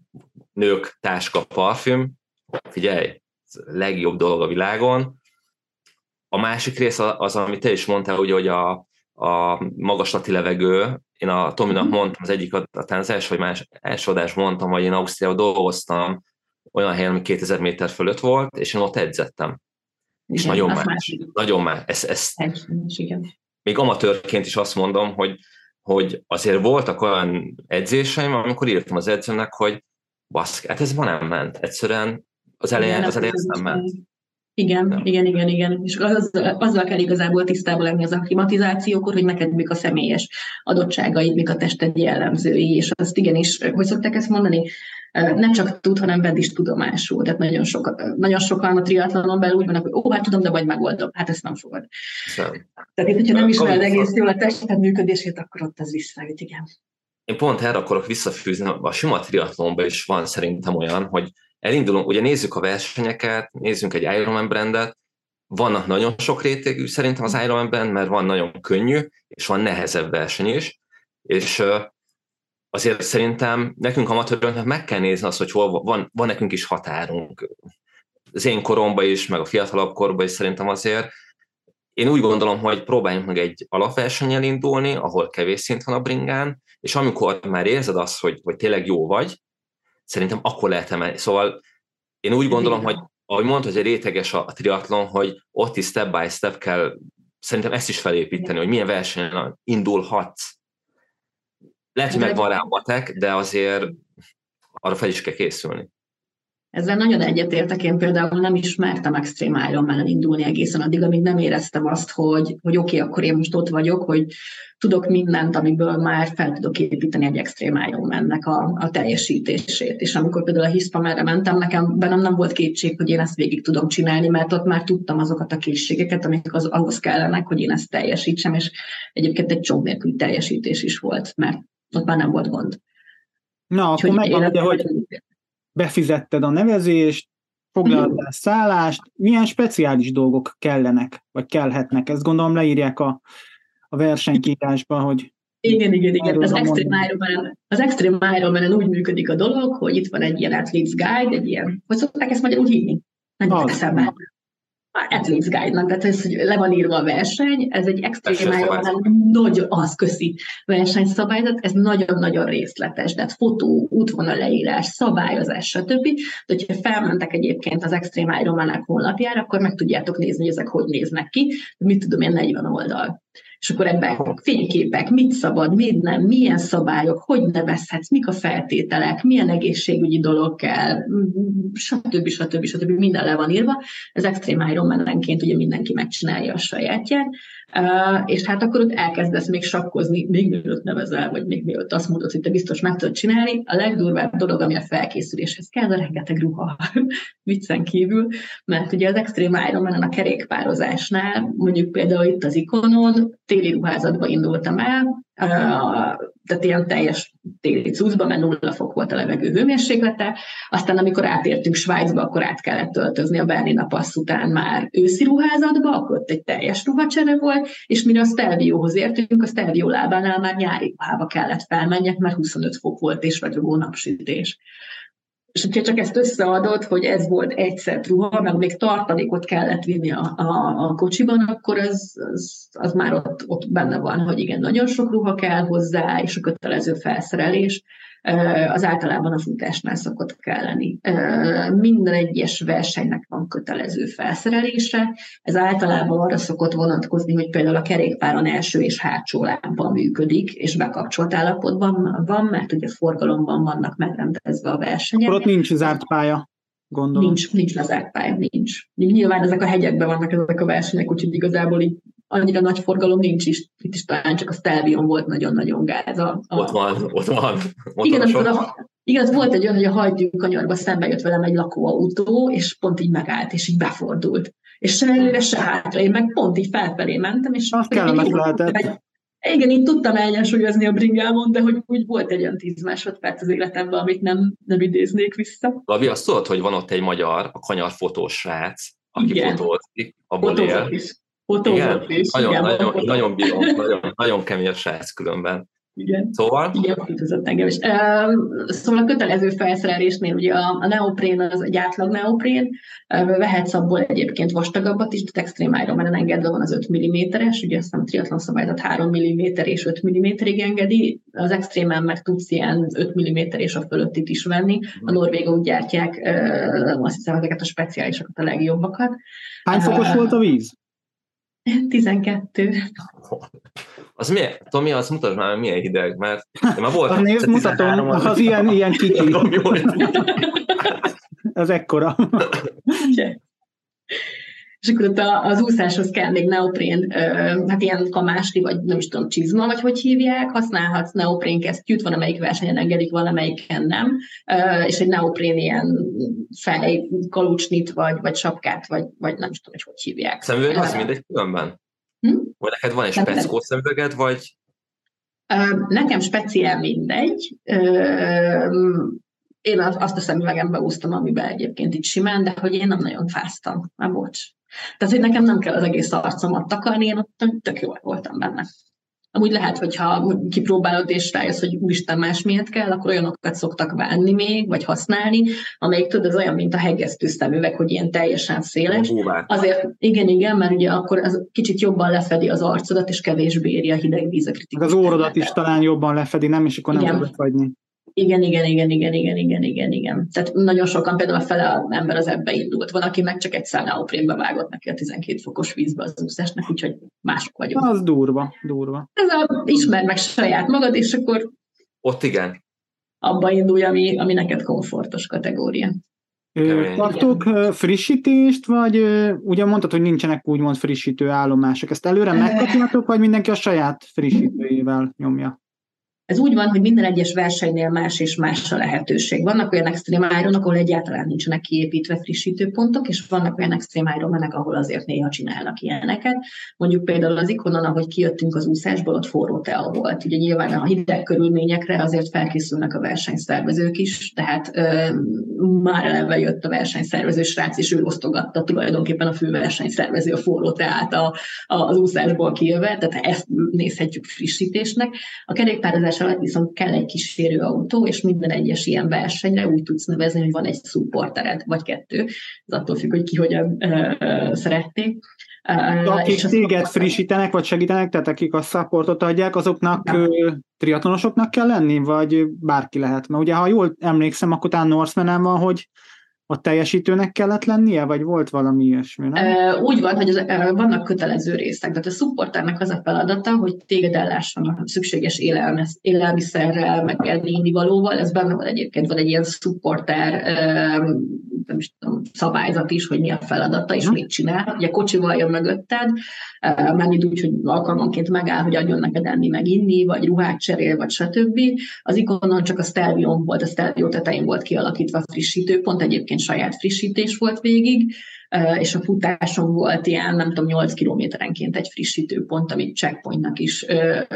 nők, táska, parfüm, figyelj, ez a legjobb dolog a világon. A másik rész az, amit te is mondtál, ugye, hogy a a magaslati levegő. Én a Tominak mondtam, az egyik, talán az első vagy más első adás mondtam, hogy én Ausztriában dolgoztam olyan helyen, ami kétezer méter fölött volt, és én ott edzettem. Igen, és nagyon más. más. Nagyon más. Ez, ez, még amatőrként is azt mondom, hogy, hogy azért voltak olyan edzéseim, amikor írtam az edzőnek, hogy baszk, hát ez ma nem ment. Egyszerűen az elején, az elején nem ment. Igen, ja. igen, igen, igen. És az, azzal kell igazából tisztában lenni az akklimatizációkor, hogy neked mik a személyes adottságaid, mik a tested jellemzői, és azt igenis, hogy szokták ezt mondani, nem csak tud, hanem vedd is tudomásul. Tehát nagyon, sok, nagyon sokan a triatlonon belül úgy vannak, hogy ó, hát tudom, de vagy megoldom. Hát ezt nem fogod. Szem. Tehát itt, hogyha nem ismered egész jól a tested működését, akkor ott az visszaüt, igen. Én pont erre akarok visszafűzni, a sima triatlonban is van szerintem olyan, hogy elindulunk, ugye nézzük a versenyeket, nézzünk egy Ironman brandet, vannak nagyon sok rétegű szerintem az Ironman brand, mert van nagyon könnyű, és van nehezebb verseny is, és azért szerintem nekünk amatőröknek meg kell nézni azt, hogy hol van, van nekünk is határunk. Az én koromban is, meg a fiatalabb korban is szerintem azért. Én úgy gondolom, hogy próbáljunk meg egy alapversennyel indulni, ahol kevés szint van a bringán, és amikor már érzed azt, hogy, hogy tényleg jó vagy, szerintem akkor lehet emelni. Szóval én úgy gondolom, hogy ahogy mondtad, hogy réteges a, a triatlon, hogy ott is step by step kell szerintem ezt is felépíteni, hogy milyen versenyen indulhatsz. Lehet, hogy megvan rá a matek, de azért arra fel is kell készülni. Ezzel nagyon egyetértek, én például nem ismertem Extreme Ironman-en indulni egészen addig, amíg nem éreztem azt, hogy, hogy oké, okay, akkor én most ott vagyok, hogy tudok mindent, amiből már fel tudok építeni egy Extreme Ironman-nek a, a teljesítését. És amikor például a Hiszpamerre mentem, nekem bennem nem volt kétség, hogy én ezt végig tudom csinálni, mert ott már tudtam azokat a készségeket, amik az, ahhoz kellenek, hogy én ezt teljesítsem, és egyébként egy csomó nélküli teljesítés is volt, mert ott már nem volt gond. Na, akkor megvan, ugye, hogy befizetted a nevezést, foglaltál szállást, milyen speciális dolgok kellenek, vagy kellhetnek? Ezt gondolom leírják a, a versenykírásba, hogy... Igen, igen, igen. Az Extreme Ironman, az Extreme Ironman úgy működik a dolog, hogy itt van egy ilyen Athletes Guide, egy ilyen, hogy szokták ezt magyarul hívni? Nem jutok eszembe. Athletes Guide-nak, tehát ez, hogy le van írva a verseny, ez egy Extreme Ironman nagyon, az köszi versenyszabályzat, ez nagyon-nagyon részletes, tehát fotó, útvonal leírás, szabályozás, stb. De hogyha felmentek egyébként az Extreme Ironman-nek honlapjára, akkor meg tudjátok nézni, hogy ezek hogy néznek ki, mit tudom én, negyven oldal. És akkor ebben fényképek, mit szabad, mit nem, milyen szabályok, hogy nevezhetsz, mik a feltételek, milyen egészségügyi dolog kell, stb. stb. stb. Minden le van írva. Az Extreme Ironman-enként ugye mindenki megcsinálja a sajátját, és hát akkor ott elkezdesz még sakkozni, még mielőtt nevezel, vagy még mielőtt azt mondod, hogy te biztos meg tudod csinálni. A legdurvább dolog, ami a felkészüléshez kell, a rengeteg ruha, viccen kívül, mert ugye az Extreme Ironman-en a kerékpározásnál, mondjuk például itt az Ikonon, téli ruházatba indultam el, tehát ilyen teljes téli cuccba, mert nulla fok volt a levegő hőmérséklete, aztán amikor átértünk Svájcba, akkor át kellett töltözni a Bernina Passz után már őszi ruházatba, akkor ott egy teljes ruhacsere volt, és mire a Stelviohoz értünk, a Stelvio lábánál már nyári ruhába kellett felmenjek, mert huszonöt fok volt és ragyogó napsütés. És hogyha csak ezt összeadod, hogy ez volt egy szett ruha, meg még tartalékot kellett vinni a, a, a kocsiban, akkor az, az, az már ott, ott benne van, hogy igen, nagyon sok ruha kell hozzá, és a kötelező felszerelés. az általában a futásnál szokott kelleni. Minden egyes versenynek van kötelező felszerelése, ez általában arra szokott vonatkozni, hogy például a kerékpáron első és hátsó lábban működik, és bekapcsolt állapotban van, mert ugye forgalomban vannak megrendezve a versenyek. Akkor ott nincs zárt pálya, gondolom. Nincs, nincs lezárt pálya, nincs. Nyilván ezek a hegyekben vannak ezek a versenyek, úgyhogy igazából így annyira nagy forgalom nincs is. Itt is talán csak a Stelvion volt nagyon-nagyon gáz. A, a... Ott van, ott van. Igen, amikor a, igen, volt egy olyan, hogy a hajtűkanyarba szembe jött velem egy lakóautó, és pont így megállt, és így befordult. És se előre, se hátra. Én meg pont így felfelé mentem, és... Azt kellemes lehetett. Igen, így tudtam ellensúlyozni a bringámon, de hogy úgy volt egy olyan tíz másodperc az életemben, amit nem, nem idéznék vissza. Lavi, azt tudod, hogy van ott egy magyar, a kanyarfotós srác, aki igen. fotózik, abból él. Fotózott is. Nagyon, igen, nagyon, nagyon, nagyon bírom, nagyon, nagyon kemény srác különben. Igen. Szóval? Igen, fotózott engem is. Uh, szóval a kötelező felszerelésnél ugye a, a neoprén az egy átlag neoprén, uh, vehetsz abból egyébként vastagabbat is, de Extreme Ironman engedve van az öt milliméteres, ugye azt hiszem triatlon szabályzat három milliméter és öt milliméterig engedi, az Extreme-en meg tudsz ilyen öt milliméter és a fölöttit is venni, a norvégok gyártják uh, azt hiszem ezeket a speciálisokat, a legjobbakat. Hány fokos uh, volt a víz? tizenkettő. Az miért? Tomi, azt mutasd már, milyen hideg, mert én már voltam. Nézd, mutatom, az, az ilyen, ilyen kicsi. Ez ekkora. És akkor ott az úszáshoz kell még neoprén, hát ilyen kamásti, vagy nem is tudom, csizma, vagy hogy hívják, használhatsz neoprén kesztyűt, van amelyik versenyen engedik, valamelyiken nem, és egy neoprén ilyen fej, kalucsnit, vagy, vagy sapkát, vagy, vagy nem is tudom, hogy hogy hívják. Szemüveg az mindegy különben? Hm? Vagy neked van egy speckó szemüveged, vagy? Nekem speciál mindegy. Én azt a szemüvegembe úsztam, amiben egyébként itt simán, de hogy én nem nagyon fáztam. Már bocs. Tehát, hogy nekem nem kell az egész arcomat takarni, én ott tök jól voltam benne. Amúgy lehet, hogyha kipróbálod és rájössz, hogy úristen más miért kell, akkor olyanokat szoktak venni még, vagy használni, amelyik tudod, az olyan, mint a hegesztő szemüveg, hogy ilyen teljesen széles. Azért, igen, igen, mert ugye akkor az kicsit jobban lefedi az arcodat, és kevésbé éri a hideg víz a kritikus. Az órodat is talán jobban lefedi, nem? És akkor nem tudod fagyni. Igen, igen, igen, igen, igen, igen, igen, igen. Tehát nagyon sokan, például a fele az ember az ebbe indult. Van, aki meg csak egy szál neoprénbe vágott neki a tizenkét fokos vízbe az úszásnak, úgyhogy mások vagyunk. Az durva, durva. Ez a ismerd meg saját magad, és akkor ott igen. Abba indulj, ami, ami neked komfortos kategória. Tartok frissítést, vagy ugye mondtad, hogy nincsenek úgymond frissítő állomások. Ezt előre megkapjátok, vagy mindenki a saját frissítőjével nyomja? Ez úgy van, hogy minden egyes versenynél más és más a lehetőség. Vannak olyan Extreme Ironok, ahol egyáltalán nincsenek kiépítve frissítőpontok, és vannak olyan Extreme Ironmanek, ahol azért néha csinálnak ilyeneket. Mondjuk például az Ikonon, ahogy kijöttünk az úszásból, ott forró tea volt. Ugye nyilván a hideg körülményekre azért felkészülnek a versenyszervezők is, tehát ö, már eleve jött a versenyszervező srác, és ő osztogatta tulajdonképpen a fő versenyszervező a forró teát a, a, az úszásból kijövve, tehát ezt nézhetjük frissítésnek. A kerékpározás alatt viszont kell egy kísérő autó, és minden egyes ilyen versenyre úgy tudsz nevezni, hogy van egy supportered, vagy kettő. Ez attól függ, hogy ki hogyan uh, szerették. Uh, akik téged frissítenek, vagy segítenek, tehát akik a supportot adják, azoknak uh, triatlonosoknak kell lenni, vagy bárki lehet? Mert ugye, ha jól emlékszem, akkor talán Norseman van, hogy a teljesítőnek kellett lennie, vagy volt valami ilyesmi, nem? Úgy van, hogy az, vannak kötelező részek, de a supporternek az a feladata, hogy téged ellásson a szükséges élelmez, élelmiszerrel, meg ennivalóval, ez benne van egyébként, van egy ilyen supporter nem is tudom, szabályzat is, hogy mi a feladata, és mit csinál. Ugye kocsival jön mögötted, mármint úgy, hogy alkalmanként megáll, hogy adjon neked enni, meg inni, vagy ruhát cserél, vagy stb. Az Ikonon csak a Stelvion volt, a Stelvio tetején volt kialakítva a frissítőpont, egyébként saját frissítés volt végig, és a futáson volt ilyen, nem tudom, nyolc kilométerenként egy frissítőpont, amit checkpointnak is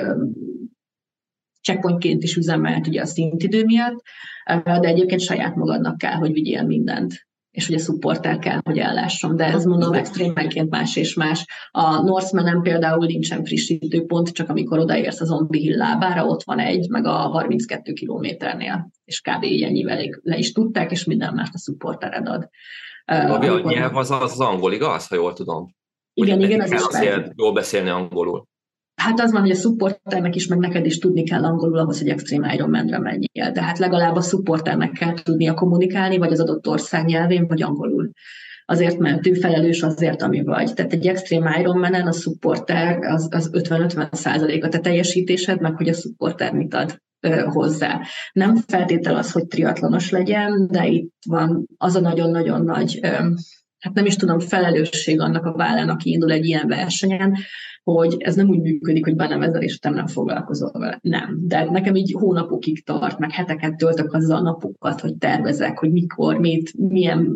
checkpointként is üzemelt ugye a szintidő miatt, de egyébként saját magadnak kell, hogy vigyél mindent, és hogy a supporter kell, hogy ellásson, de ez mondom extrémenként más és más. A Norseman-en például nincsen frissítőpont, csak amikor odaérsz a Zombie Hill lábára, ott van egy, meg a harminckettő kilométernél, és kb. Ilyennyivel le is tudták, és minden mást a supportered ad. A uh, nyelv az az angol, igaz, ha jól tudom? Igen, ugye igen, az is azért jól beszélni angolul. Hát az van, hogy a supporternek is, meg neked is tudni kell angolul ahhoz, hogy Extreme Ironman-re menjél. Tehát legalább a supporternek kell tudnia kommunikálni, vagy az adott ország nyelvén, vagy angolul. Azért, mert ő felelős azért, ami vagy. Tehát egy Extreme Ironman-en a supporter az, az ötven-ötven százalék a te teljesítésed, meg hogy a supporter mit ad ö, hozzá. Nem feltétel az, hogy triatlonos legyen, de itt van az a nagyon-nagyon nagy, ö, hát nem is tudom, felelősség annak a vállán, aki indul egy ilyen versenyen, hogy ez nem úgy működik, hogy benevezel, és te nem foglalkozol vele. Nem. De nekem így hónapokig tart, meg heteket töltök azzal a napokat, hogy tervezek, hogy mikor, mit, milyen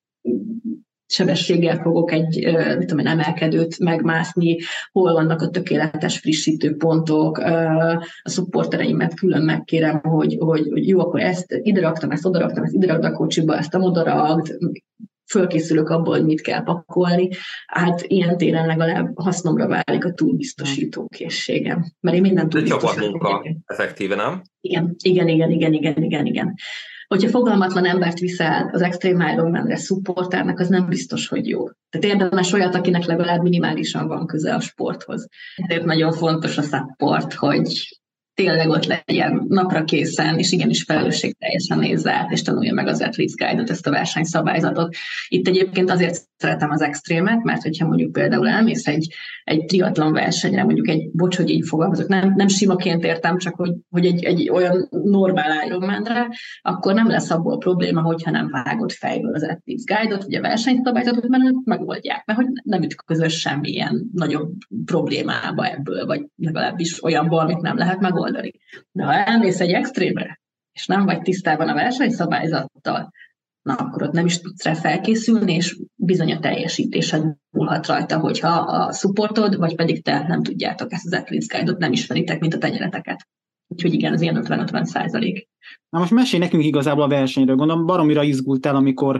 sebességgel fogok egy mit tudom én, emelkedőt megmászni, hol vannak a tökéletes frissítő pontok, a szupportereimet külön megkérem, hogy, hogy, hogy jó, akkor ezt ide raktam, ezt oda raktam, ezt ide raktam a kocsiba, ezt a oda rakt, fölkészülök abból, hogy mit kell pakolni. Hát ilyen téren legalább hasznomra válik a túlbiztosító készségem. Mert én mindent túlbiztosítok. Ez csapatmunka effektíve, nem? Igen, igen, igen, igen, igen, igen, igen. Hogyha fogalmatlan embert viszel az Extreme Ironman-re supporternek, az nem biztos, hogy jó. Tehát érdemes olyat, akinek legalább minimálisan van köze a sporthoz. Ezért nagyon fontos a support, hogy tényleg ott legyen napra készen, és igenis felelősségteljesen nézze át, és tanulja meg az Athletes Guide-ot, ezt a versenyszabályzatot. Itt egyébként azért szeretem az extrémet, mert hogyha mondjuk például elmész egy, egy triatlon versenyre, mondjuk egy, bocs, hogy így fogalmazok, nem, nem simaként értem, csak hogy, hogy egy, egy olyan normál Ironman-re, akkor nem lesz abból probléma, hogyha nem vágod fejből az Athletes Guide-ot, vagy a versenyszabályzatot, mert megoldják, mert hogy nem ütközös semmilyen nagyobb problémába ebből, vagy legalábbis olyanból, amit nem lehet megoldani. De ha elmész egy extrémre, és nem vagy tisztában a versenyszabályzattal, na akkor ott nem is tudsz rá felkészülni, és bizony a teljesítésed múlhat rajta, hogyha a supportod, vagy pedig te nem tudjátok ezt az Athletes Guide-ot, nem ismeritek, mint a tenyereteket. Úgyhogy igen, az ilyen ötven-ötven százalék. Na most mesélj nekünk igazából a versenyről. Gondolom baromira izgultál, amikor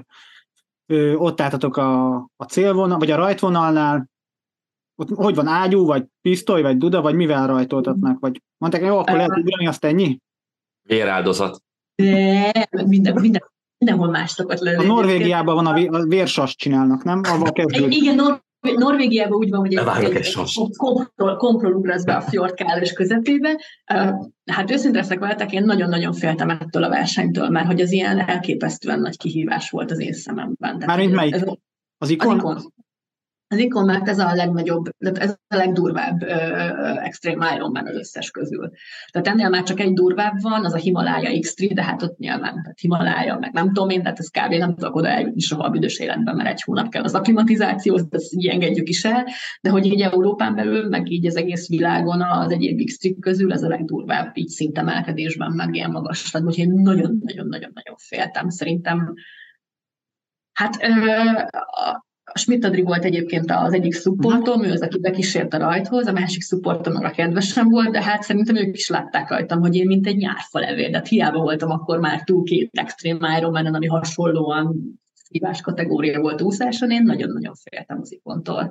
ö, ott álltatok a, a célvonal, vagy a rajtvonalnál. Ott hogy van, ágyú, vagy pisztoly, vagy duda, vagy mivel rajtoltatnak? Vagy mondták, jó, akkor lehet ugrani, azt ennyi? Véráldozat. De minden, minden, mindenhol más szokott lenni. A Norvégiában van a, vé, a vérsast csinálnak, nem? Igen, Nor- Norvégiában úgy van, hogy egy, egy, egy kompról, kompról ugrasz be a fjordkálós közepébe. Hát őszintén leszek veletek, én nagyon-nagyon féltem ettől a versenytől, mert hogy az ilyen elképesztően nagy kihívás volt az én szememben. Mármint melyik? Ez, ez az ikon? Az ikon. Az ikon, mert ez a legnagyobb, ez a legdurvább uh, Extreme Ironman az összes közül. Tehát ennél már csak egy durvább van, az a Himalája iksz három, de hát ott nyilván, tehát Himalája, meg nem tudom én, tehát ez kb. Nem tudok oda eljutni soha a büdös életben, mert egy hónap kell az akklimatizációhoz, ezt így engedjük is el, de hogy így Európán belül, meg így az egész világon az egyéb iksz három közül ez a legdurvább, így szintemelkedésben, meg ilyen magaslatban, úgyhogy én nagyon-nagyon-nagyon-nagyon féltem. Szerintem, hát uh, a Schmidt Adri volt egyébként az egyik szupportom, ő az, aki bekísért a rajthoz, a másik szupportom meg a kedvesem volt, de hát szerintem ők is látták rajtam, hogy én mint egy nyárfalevél, de hát hiába voltam akkor már túl két Extreme Ironmanen, ami hasonlóan szívás kategória volt úszáson, én nagyon-nagyon féltem az ikontól.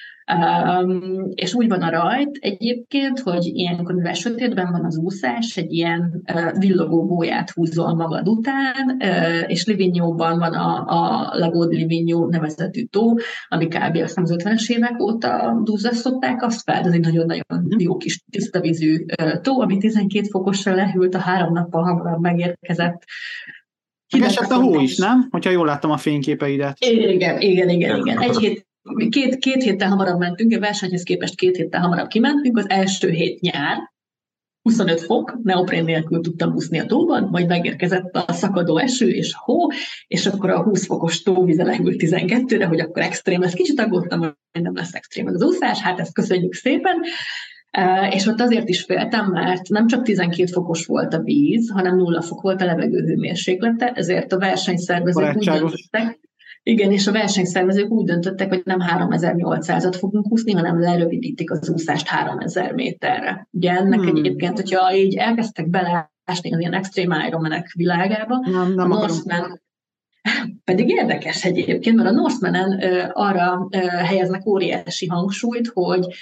Um, és úgy van a rajt egyébként, hogy ilyenkor, mivel sötétben van az úszás, egy ilyen uh, villogó gólyát húzol magad után, uh, és Livignóban van a, a Lago di Livigno nevezetű tó, ami kb. Aztán az ötvenes évek óta duzzasztották azt fel, ez egy nagyon-nagyon jó kis tisztavízű uh, tó, ami tizenkét fokosra lehűlt, a három nappal hamarabb megérkezett. Esett a hó is, nem? Hogyha jól láttam a fényképeidet. Igen, igen, igen, igen. Egy hét Két, két héttel hamarabb mentünk, a versenyhez képest két héttel hamarabb kimentünk, az első hét nyár, huszonöt fok, neoprén nélkül tudtam úszni a tóban, majd megérkezett a szakadó eső és hó, és akkor a húsz fokos tóvíze lehűlt tizenkettőre, hogy akkor extrém lesz. Kicsit aggódtam, hogy nem lesz extrém az úszás, hát ezt köszönjük szépen. Uh, és ott azért is féltem, mert nem csak tizenkét fokos volt a víz, hanem nulla fok volt a levegő hőmérséklete, ezért a versenyszervezők úgy döntöttek, igen, és a versenyszervezők úgy döntöttek, hogy nem háromezer-nyolcszázat fogunk úszni, hanem lerövidítik az úszást háromezer méterre. Ugye ennek hmm. egyébként, hogyha így elkezdtek beleásni az ilyen Extreme Ironmanek világába, nem, nem a Norseman, pedig érdekes egyébként, mert a Norsemanen uh, arra uh, helyeznek óriási hangsúlyt, hogy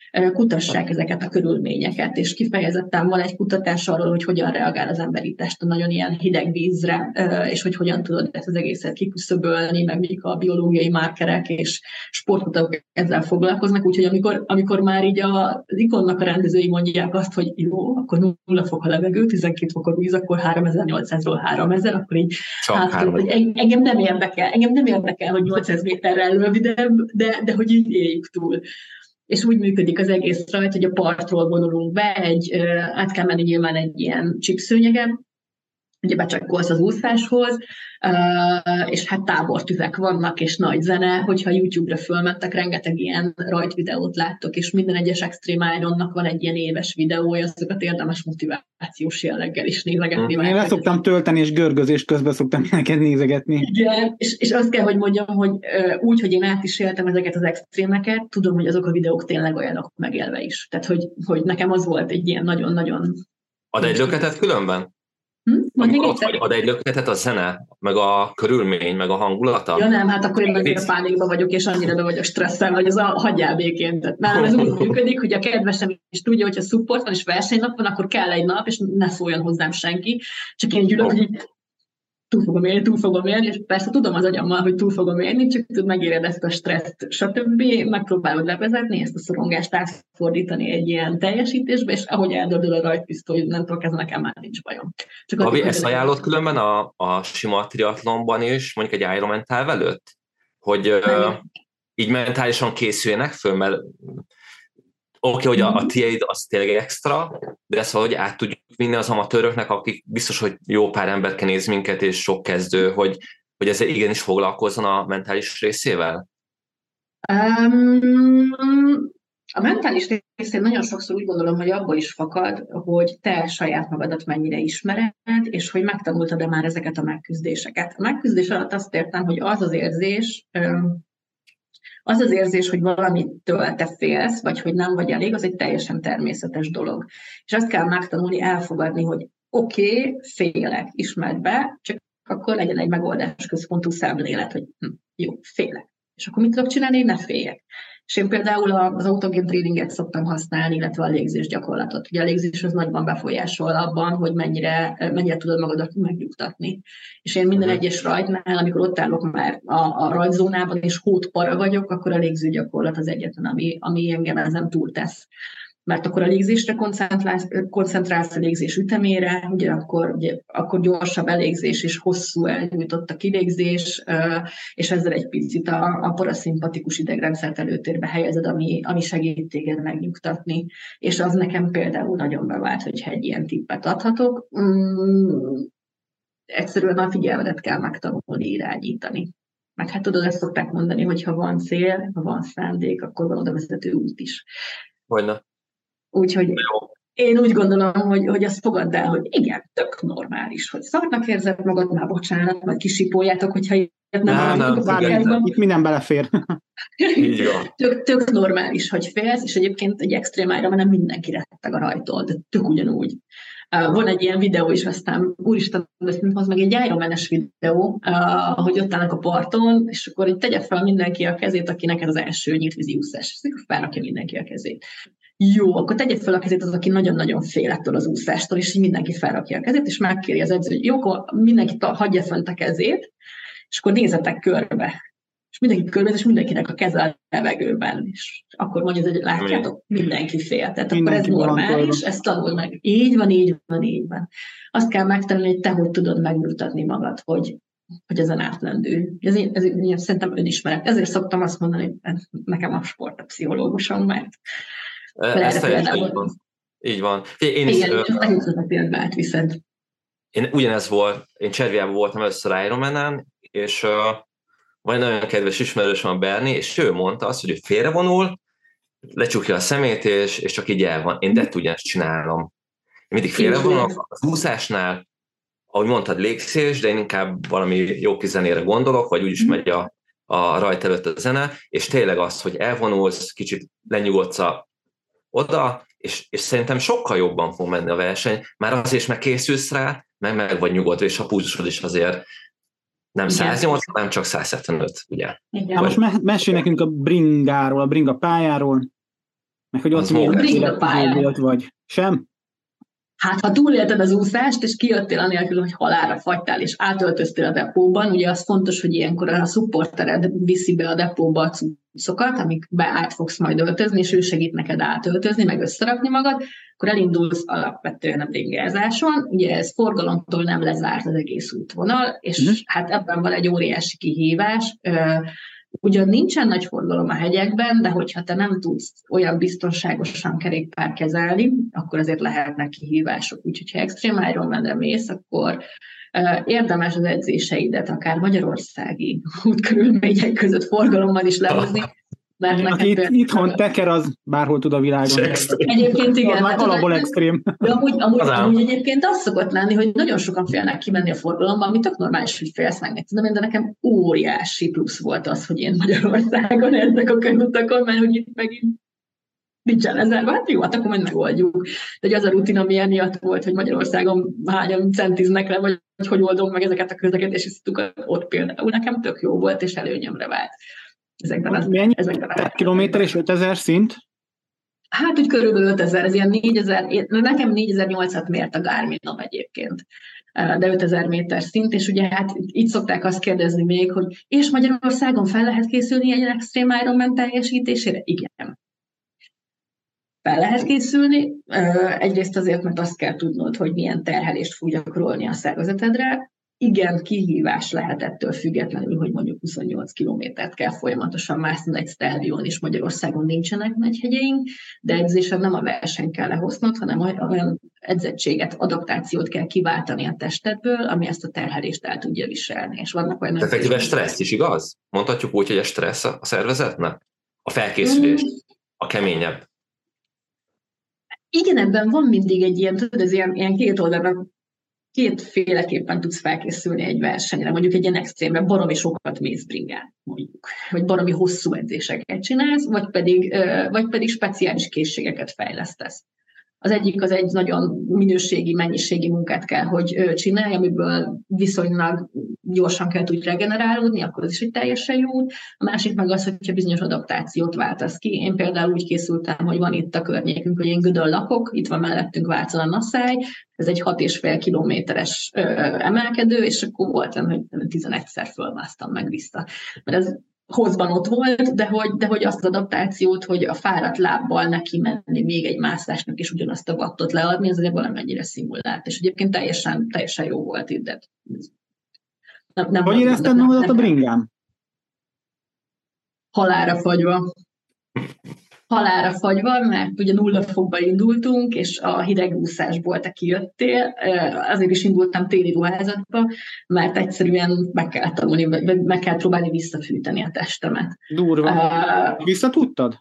kutassák ezeket a körülményeket, és kifejezetten van egy kutatás arról, hogy hogyan reagál az emberi test a nagyon ilyen hideg vízre, és hogy hogyan tudod ezt az egészet kiküszöbölni, meg mik a biológiai márkerek, és sportkutatók ezzel foglalkoznak, úgyhogy amikor, amikor már így az ikonnak a rendezői mondják azt, hogy jó, akkor nulla fok a levegő, tizenkét fok a víz, akkor háromezer-nyolcszázról háromezer, akkor így hát, hogy engem nem érdekel, engem nem érdekel, hogy nyolcszáz méterrel rövidebb, de, de hogy így éljük túl. És úgy működik az egész rajt, hogy a partról vonulunk be, egy, át kell menni nyilván egy ilyen csipszőnyegen, ugye becsekkolsz az úszáshoz, és hát tábortüzek vannak, és nagy zene, hogyha YouTube-ra fölmentek, rengeteg ilyen rajtvideót láttok, és minden egyes Extreme Ironnak van egy ilyen éves videója, azokat érdemes motivációs jelleggel is nézegetni. Én le szoktam tölteni, és görgözés közben szoktam neked nézegetni. Igen, és, és azt kell, hogy mondjam, hogy úgy, hogy én át is éltem ezeket az extrémeket, tudom, hogy azok a videók tényleg olyanok megélve is. Tehát, hogy, hogy nekem az volt egy ilyen nagyon-nagyon... Ad egy löketet különben? Hm? Amikor ott vagy, ad egy löketet a zene, meg a körülmény, meg a hangulata? Ja nem, hát akkor én annyira pánikban vagyok, és annyira be vagyok stresszel, hogy az a hagyjál békén. Tehát nálam ez úgy működik, hogy a kedvesem is tudja, hogyha support van és versenynap van, akkor kell egy nap, és ne szóljon hozzám senki. Csak én gyűlök, hogy túl fogom élni, túl fogom élni, és persze tudom az agyammal, hogy túl fogom élni, csak tud megéred ezt a stresszt, stb. Megpróbálod levezetni, ezt a szorongást átfordítani egy ilyen teljesítésbe, és ahogy eldördül a rajtpisztoly, nem tudok, ez nekem már nincs bajom. Csak Gabi, ezt ajánlott különben a, a sima triatlonban is, mondjuk egy Ironman táv előtt? Hogy uh, így mentálisan készüljenek föl, mert oké, okay, hogy a, a tiéd az tényleg extra, de ezt valahogy át tudjuk vinni az amatőröknek, akik biztos, hogy jó pár ember kell néz minket, és sok kezdő, hogy, hogy ezzel igenis foglalkozzon a mentális részével? Um, a mentális részén nagyon sokszor úgy gondolom, hogy abból is fakad, hogy te saját magadat mennyire ismered, és hogy megtanultad-e már ezeket a megküzdéseket. A megküzdés alatt azt értem, hogy az az érzés, um, Az az érzés, hogy valamitől te félsz, vagy hogy nem vagy elég, az egy teljesen természetes dolog. És azt kell megtanulni, elfogadni, hogy oké, okay, félek, ismerd be, csak akkor legyen egy megoldásközpontú szemlélet, hogy hm, jó, félek. És akkor mit tudok csinálni, ne féljek. És én például az autogén tradinget szoktam használni, illetve a légzés gyakorlatot. Ugye a légzés az nagyban befolyásol abban, hogy mennyire, mennyire tudod magadat megnyugtatni. És én minden egyes rajtnál, amikor ott állok már a, a rajtzónában, és hótpara vagyok, akkor a légző gyakorlat az egyetlen, ami, ami engem ezen túltesz. Mert akkor a légzésre koncentrálsz, koncentrálsz a légzés ütemére, ugye akkor, ugye, akkor gyorsabb elégzés és hosszú elnyújtott a kilégzés, és ezzel egy picit a, a paraszimpatikus idegrendszert előtérbe helyezed, ami, ami segít téged megnyugtatni. És az nekem például nagyon bevált, hogyha egy ilyen tippet adhatok. Mm, egyszerűen a figyelmedet kell megtanulni irányítani. Meg hát tudod, ezt szokták mondani, hogy ha van cél, ha van szándék, akkor van oda vezető út is. Hogyne. Úgyhogy én úgy gondolom, hogy, hogy azt fogadd el, hogy igen, tök normális, hogy szarnak érzed magad, már bocsánat, vagy kisipoljátok, hogyha ilyet nem hallgatok. Itt minden belefér. Így van. Tök, tök normális, hogy félsz, és egyébként egy extrém ára, mert nem mindenki retteg a rajtól, de tök ugyanúgy. Uh, van egy ilyen videó is, aztán úristen, az meg egy Ironman-es videó, uh, hogy ott állnak a parton, és akkor így tegye fel mindenki a kezét, aki neked az első nyílt vízi úszás, és akkor felrakja mindenki a kezét. Jó, akkor tegye fel a kezét az, aki nagyon-nagyon fél ettől az úszástól, és így mindenki felrakja a kezét, és megkéri az edző, hogy jó, akkor mindenki hagyja fönt a kezét, és akkor nézzetek körbe. És mindenki körbe, és mindenkinek a keze a levegőben. És akkor mondja, hogy látjátok, mindenki fél. Tehát mindenki akkor ez normális, ezt tanul meg. Így van, így van, így van. Azt kell megtanulni, hogy te hogy tudod megnyugtatni magad, hogy, hogy ezen átlendül. Ez, ez, ez szerintem önismeret. Ezért szoktam azt mondani, hogy nekem a sport a pszichológusom, mert ez teljesen így van. Így van. Én, igen, is, ö, átviszed. Én ugyanez volt, én Cserviában voltam először Ironmanen, és uh, vagy nagyon kedves ismerősöm a Berni, és ő mondta azt, hogy ő félrevonul, lecsukja a szemét, és, és csak így el van. Én de ugyanezt csinálom. Én mindig félrevonulok az úszásnál, ahogy mondtad, légzés, de én inkább valami jó kis zenére gondolok, vagy úgyis megy a, a rajt előtt a zene, és tényleg az, hogy elvonulsz, kicsit lenyugodsz a oda, és, és szerintem sokkal jobban fog menni a verseny, már azért is megkészülsz rá, meg meg vagy nyugodva, és a pulzusod is azért nem száznyolc, hanem csak száz hetvenöt, ugye? Igen. Most mesélj nekünk a bringáról, a bringa pályáról. Meg hogy ott milyen életiző volt, vagy sem? Hát, ha túlélted az úszást, és kijöttél anélkül, hogy halálra fagytál, és átöltöztél a depóban, ugye az fontos, hogy ilyenkor a szupportered viszi be a depóba a cuccokat, amikbe át fogsz majd öltözni, és ő segít neked átöltözni, meg összerakni magad, akkor elindulsz alapvetően a bringázáson. Ugye ez forgalomtól nem lezárt az egész útvonal, és uh-huh. hát ebben van egy óriási kihívás. Ugyan nincsen nagy forgalom a hegyekben, de hogyha te nem tudsz olyan biztonságosan kerékpár kezelni, akkor azért lehetnek kihívások. Úgyhogy ha Extreme Ironman-re mész, akkor uh, érdemes az edzéseidet akár magyarországi útkörülmények között forgalommal is lehozni. Mert aki itt, itthon teker, az bárhol tud a világon. Egyébként igen. Hát alapból extrém. De amúgy, amúgy, amúgy egyébként az szokott lenni, hogy nagyon sokan félnek kimenni a forgalomba, ami tök normális, hogy félsz meg, tudom, de nekem óriási plusz volt az, hogy én Magyarországon ezek a közutakon, mert hogy itt megint nincsen lezárva. Hát jó, hát akkor majd megoldjuk. De az a rutin, ami emiatt volt, hogy Magyarországon hányan centiznek le, vagy hogy oldom meg ezeket a közlekedési szitukat, ott például nekem tök jó volt, és előnyömre vált. Ezekben az, Mennyi? Ezekben kilométer és ötezer szint? Hát úgy körülbelül ötezer, ez ilyen négyezer, nekem négyezer-nyolcszat mért a Garminom egyébként, de ötezer méter szint, és ugye hát itt szokták azt kérdezni még, hogy és Magyarországon fel lehet készülni egy Extreme Ironman teljesítésére? Igen. Fel lehet készülni, egyrészt azért, mert azt kell tudnod, hogy milyen terhelést fog gyakorolni a szervezetedre. Igen, kihívás lehet ettől függetlenül, hogy mondjuk huszonnyolc kilométert kell folyamatosan mászni egy sztádion, és Magyarországon nincsenek nagy hegyeink, de edzésen nem a verseny kell lehoznod, hanem olyan edzettséget, adaptációt kell kiváltani a testedből, ami ezt a terhelést el tudja viselni. És vannak olyan... Effektíve stressz is, igaz? Mondhatjuk úgy, hogy a stressz a szervezetnek? A felkészülés, a keményebb. Igen, ebben van mindig egy ilyen, tudod, ez ilyen, ilyen két oldalra, kétféleképpen tudsz felkészülni egy versenyre, mondjuk egy ilyen extrémre, baromi sokat mész bringán, mondjuk, vagy baromi hosszú edzéseket csinálsz, vagy pedig, vagy pedig speciális készségeket fejlesztesz. Az egyik az egy nagyon minőségi, mennyiségi munkát kell, hogy csinálj, amiből viszonylag gyorsan kell tudj regenerálódni, akkor az is egy teljesen jó út. A másik meg az, hogyha bizonyos adaptációt váltasz ki. Én például úgy készültem, hogy van itt a környékünk, hogy én Gödön lakok, itt van mellettünk Vácon a Naszály, ez egy hat és fél kilométeres ö, emelkedő, és akkor voltam, hogy tizenegyszer fölmásztam meg vissza. Mert ez hozban ott volt, de hogy, de hogy azt az adaptációt, hogy a fáradt lábbal neki menni még egy mászásnak, és ugyanazt a wattot leadni, ez azért valamennyire szimulált. És egyébként teljesen, teljesen jó volt itt, de nem, nem hogy érezted magadat a bringán? Halálra fagyva. Halálra fagyva, mert ugye nulla fokba indultunk, és a hidegúszásból te kijöttél. Azért is indultam téli ruházatba, mert egyszerűen meg kell tanulni, meg kell próbálni visszafűteni a testemet. Durva. Uh, Vissza tudtad?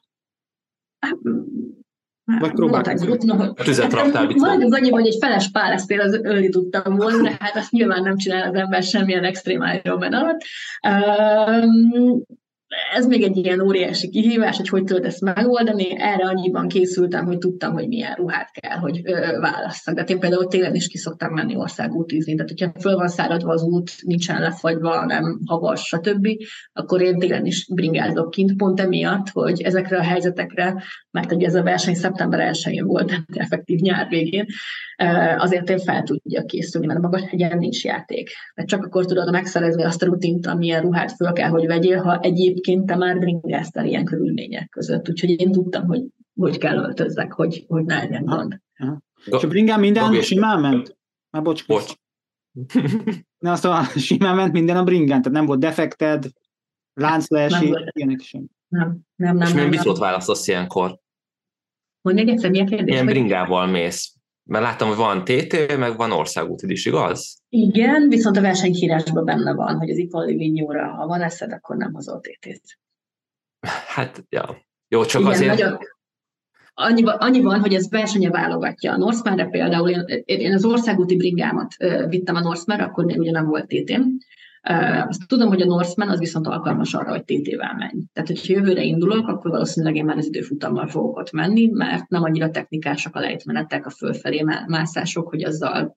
Vagy próbáltad? Tüzet raktál biciklit. Majd az annyi, hogy egy feles pálesztél az ölni tudtam volna, de hát azt nyilván nem csinál az ember semmilyen Extreme Ironman alatt. Uh, Ez még egy ilyen óriási kihívás, hogy hogy tudod ezt megoldani. Erre annyiban készültem, hogy tudtam, hogy milyen ruhát kell, hogy ö, válasszak. De én például télen is ki szoktam menni országútizni. Tehát, hogyha föl van száradva az út, nincsen lefagyva, nem havas, stb., akkor én télen is bringázok kint, pont emiatt, hogy ezekre a helyzetekre, mert ugye ez a verseny szeptember elsején volt, effektív nyár végén, azért én fel tudjak készülni, mert a Magashegyen nincs játék. Mert csak akkor tudod megszerezni azt a rutint, amilyen ruhát föl kell, hogy vegyél, ha egyébként te már bringáztál ilyen körülmények között. Úgyhogy én tudtam, hogy hogy kell öltözzek, hogy, hogy ne legyen gond. És a bringán minden Go- simán ment? Már bocs. bocs. Na, azt a simán ment minden a bringán, tehát nem volt defekted, láncleesés, ilyenek sem. Nem, nem, nem. És milyen nem, biciklit választasz ilyenkor? Mondj még egyszer, mi a kérdés? Milyen bringával mész? Mert láttam, hogy van té té, meg van országútid is, igaz? Igen, viszont a versenykírásban benne van, hogy az Ipoli Vignyóra, ha van eszed, akkor nem hozol té tét. Hát, ja. Jó, csak igen, azért... Nagyon... Annyi, annyi van, hogy ez versenye válogatja. A Norsemanre például, én, én az országúti bringámat uh, vittem a Norsemanre, akkor még ugye nem volt té tém. Uh, azt tudom, hogy a Norseman az viszont alkalmas arra, hogy té tével menj. Tehát, hogyha jövőre indulok, akkor valószínűleg én már az időfutammal fogok ott menni, mert nem annyira technikásak a lejtmenetek, a fölfelé mászások, hogy azzal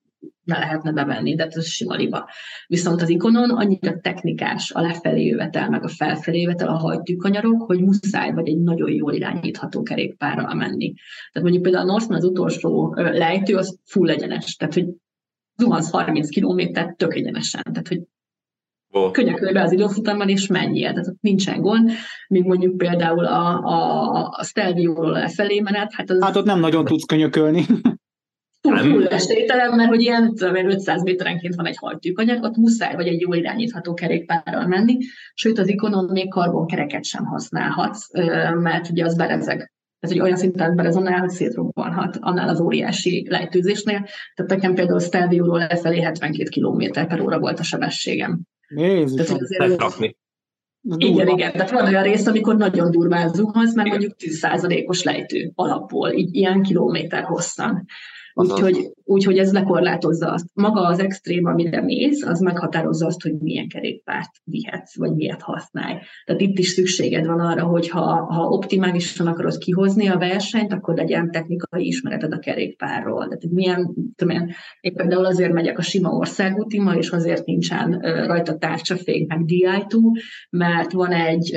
ne lehetne bevenni, de ez sima liba. Viszont az ikonon annyira technikás a lefelé jövetel, meg a felfelé jövetel, a hajtűkanyarok, hogy muszáj vagy egy nagyon jól irányítható kerékpárral menni. Tehát mondjuk például a Norseman az utolsó lejtő, az full egyenes, tehát hogy zuhansz harminc kilométert tök egyenesen, tehát hogy oh. könyökölj be az időfutamban, és menjél, tehát ott nincsen gond, míg mondjuk például a, a, a Stelvio-ról lefelé menet, hát az... Hát ott nem nagyon tudsz könyökölni. Full, full esélytelen, mert hogy ilyen ötszáz méterenként van egy hajtűkanyag, ott muszáj vagy egy jól irányítható kerékpárral menni, sőt az ikonon még karbonkereket sem használhatsz, mert ugye az berezeg. Ez egy olyan szinten berezonál, hogy szétrobbanhat annál az óriási lejtőzésnél. Tehát nekem például Stelvio-ról lefelé hetvenkét kilométer per óra volt a sebességem. Jézusom, megrakni. Igen, igen. Tehát van olyan rész, amikor nagyon durván zuhansz, mert mondjuk tíz százalékos lejtő alapból, így ilyen kilométer hosszan. Úgyhogy, úgyhogy ez lekorlátozza azt. Maga az extrém, amire mész, az meghatározza azt, hogy milyen kerékpárt vihetsz, vagy miért használj. Tehát itt is szükséged van arra, hogy ha, ha optimálisan akarod kihozni a versenyt, akkor legyen technikai ismereted a kerékpárról. Tehát milyen, tudom én, én például azért megyek a sima országútima, és azért nincsen uh, rajta tárcsafék, meg dé i kettő, mert van egy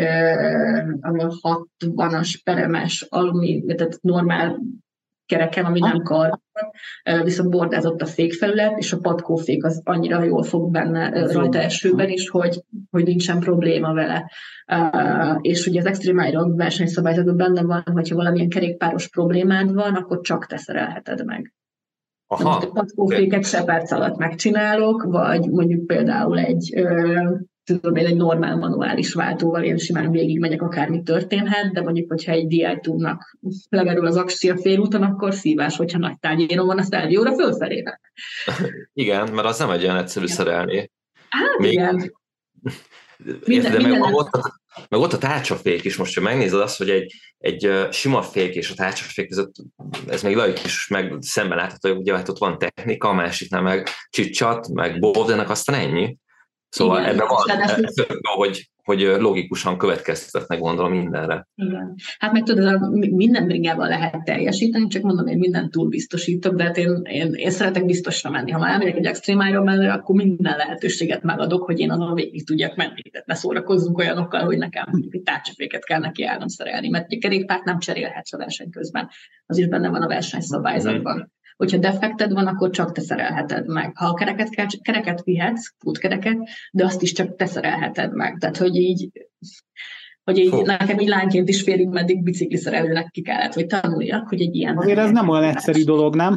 uh, hatvanas peremes alumi, tehát normál kerekem, ami nem karbon, viszont bordázott a fékfelület, és a patkófék az annyira jól fog benne rajta esőben is, hogy, hogy nincsen probléma vele. Uh, és ugye az Extreme Iron versenyszabályzatban benne van, hogyha valamilyen kerékpáros problémád van, akkor csak te szerelheted meg. Aha, most a patkóféket se perc alatt megcsinálok, vagy mondjuk például egy uh, tudom én, egy normál manuális váltóval én simán végig megyek, akármi történhet, de mondjuk, hogyha egy dé i kettőnek legerül az aksi a félúton, akkor szívás, hogyha nagy tárgyéron van a Stelvio-ra fölfelére. Igen, mert az nem egy olyan egyszerű szerelni. Hát Még... igen. Minden, de minden meg, ott a, meg ott a tárcsafék is, most, ha megnézed azt, hogy egy, egy sima fék és a tárcsafék között, ez még laikus, meg szemben látható, hogy ugye hát ott van technika, a másiknál meg csicsat, meg bovdenek, aztán ennyi. Szóval igen, ebben van, ebben, hogy, hogy logikusan következtetnek, gondolom, mindenre. Igen. Hát meg tudod, minden bringával lehet teljesíteni, csak mondom, én mindent túl biztosítok, de hát én, én, én szeretek biztosra menni. Ha már elmegyek egy Extreme Ironmanre, akkor minden lehetőséget megadok, hogy én azon végig tudjak menni. Tehát ne szórakozzunk olyanokkal, hogy nekem egy tárcsaféket kell neki el nem szerelni, mert egy kerékpárt nem cserélhetsz a verseny közben. Az is benne van a versenyszabályzatban. Mm. Hogyha defekted van, akkor csak te szerelheted meg. Ha a kereket, kell, kereket vihetsz, futkereket, de azt is csak te szerelheted meg. Tehát, hogy így, hogy így nekem így lányként is félig meddig bicikliszerelőnek ki kellett, hogy tanuljak, hogy egy ilyen... Azért ez nem olyan egyszerű dolog, nem?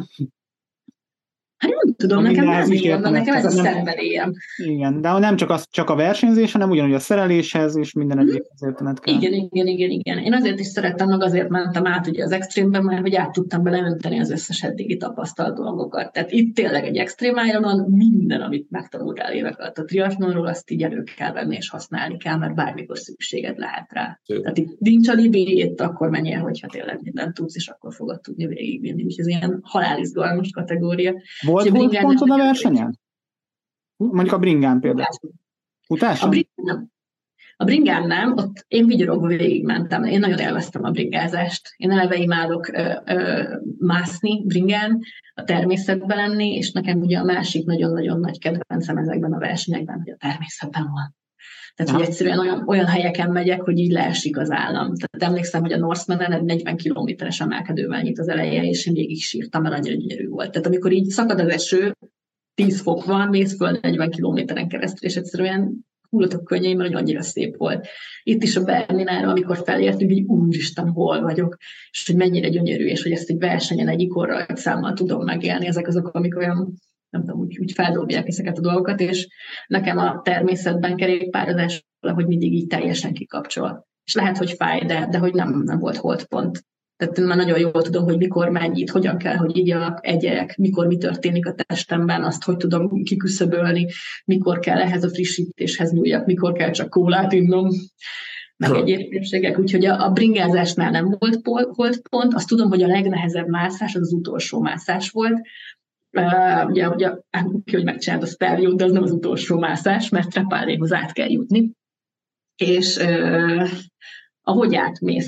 Hát nem tudom, nekem nem ilyen, nekem ez a szenvedélyem. Igen, de nem csak, az, csak a versenyzés, hanem ugyanúgy a szereléshez és minden egyéb értenet kell. Igen, igen, igen, igen. Én azért is szerettem, meg azért mentem át ugye az extrémben, mert hogy át tudtam beleönteni az összes eddigi tapasztalt dolgokat. Tehát itt tényleg egy Extreme Ironon minden, amit megtanultál évek alatt a triatlonról, azt így elő kell venni és használni kell, mert bármikor szükséged lehet rá. Szép. Tehát itt nincs a libét, akkor menjél, hogyha tényleg mindent tudsz, és akkor fogod tudni végigvinni. Úgyhogy ez ilyen halálizgalmas kategória. Volt góldpontod a versenyen? Mondjuk a bringán például. Utáson? A bringán, a bringán nem, ott én vigyorogva végigmentem. Én nagyon élveztem a bringázást. Én eleve imádok ö, ö, mászni bringán, a természetben lenni, és nekem ugye a másik nagyon-nagyon nagy kedvencem ezekben a versenyekben, hogy a természetben van. Tehát, hogy egyszerűen olyan, olyan helyeken megyek, hogy így leesik az állam. Tehát emlékszem, hogy a Norseman egy negyven kilométeres emelkedővel nyit az eleje, és én végig sírtam, mert annyira gyönyörű volt. Tehát amikor így szakad az eső, tíz fok van, mész föl negyven kilométeren keresztül, és egyszerűen hullatok könnyeim, mert annyira szép volt. Itt is a Berlinára, amikor felértünk, így úristen, hol vagyok, és hogy mennyire gyönyörű, és hogy ezt egy versenyen egy ikonrajtszámmal tudom megélni, ezek azok, amik olyan, nem tudom, úgy, úgy feldobják ezeket a dolgokat, és nekem a természetben kerékpározás valahogy mindig így teljesen kikapcsol. És lehet, hogy fáj, de, de hogy nem, nem volt holdpont. Tehát én már nagyon jól tudom, hogy mikor mennyit, hogyan kell, hogy igyak, egyek, mikor mi történik a testemben, azt hogy tudom kiküszöbölni, mikor kell ehhez a frissítéshez nyúljak, mikor kell csak kólát innom, meg egyéb képességek. Úgyhogy a, a bringázásnál nem volt holdpont. Azt tudom, hogy a legnehezebb mászás az az utolsó mászás volt. Uh, ugye, ugye hogy megcsinált a Stelvio, de az nem az utolsó mászás, mert Trepálnéhoz át kell jutni. És uh, ahogy átmész, az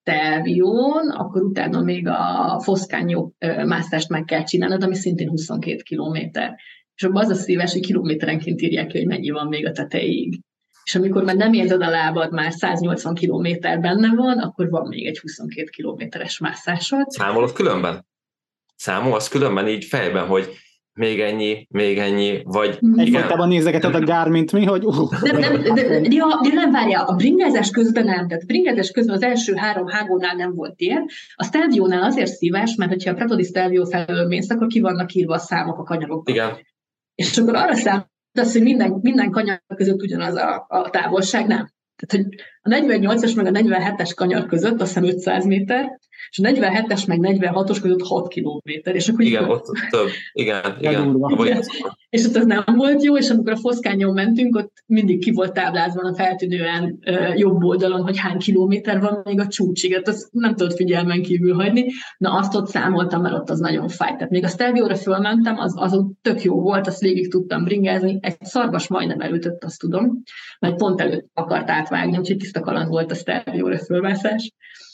Stelvión, akkor utána még a Foszkányó mászást meg kell csinálnod, ami szintén huszonkét kilométer. És abban az a szíves, hogy kilométerenként írják ki, hogy mennyi van még a tetejéig. És amikor már nem érzed a lábad, már száznyolcvan kilométer benne van, akkor van még egy huszonkét kilométeres mászásod. Számolod különben? Számolsz különben így fejben, hogy még ennyi, még ennyi, vagy... Egyfolytában nézegeted a Garmin-t mi, hogy... Uh, nem, nem, de, de, de, de nem várja, a bringázás közben nem, tehát bringázás közben az első három hágónál nem volt ilyen. A Stelviónál azért szívás, mert hogyha a Prato di Stelvio felől mész, akkor ki vannak írva a számok a kanyarokban. Igen. És akkor arra számít az, hogy minden, minden kanyar között ugyanaz a, a távolság, nem. Tehát, hogy a negyvennyolcas meg a negyvenhetes kanyar között azt hiszem ötszáz méter, és a negyvenhetes meg negyvenhatos között hat kilométer. És akkor igen, ott több. Igen, igen. igen. És ott az nem volt jó, és amikor a Foszkányon mentünk, ott mindig ki volt táblázva a feltűnően uh, jobb oldalon, hogy hány kilométer van még a csúcsig. Hát azt nem tudod figyelmen kívül hagyni. Na azt ott számoltam, mert ott az nagyon fájt. Tehát még a Stelvióra fölmentem, az, az ott tök jó volt, azt végig tudtam bringázni. Egy szarvas majdnem elütött, azt tudom, mert pont előtt akart átvágni, úgyhogy tiszta kaland volt a Stelvióra fölmászás.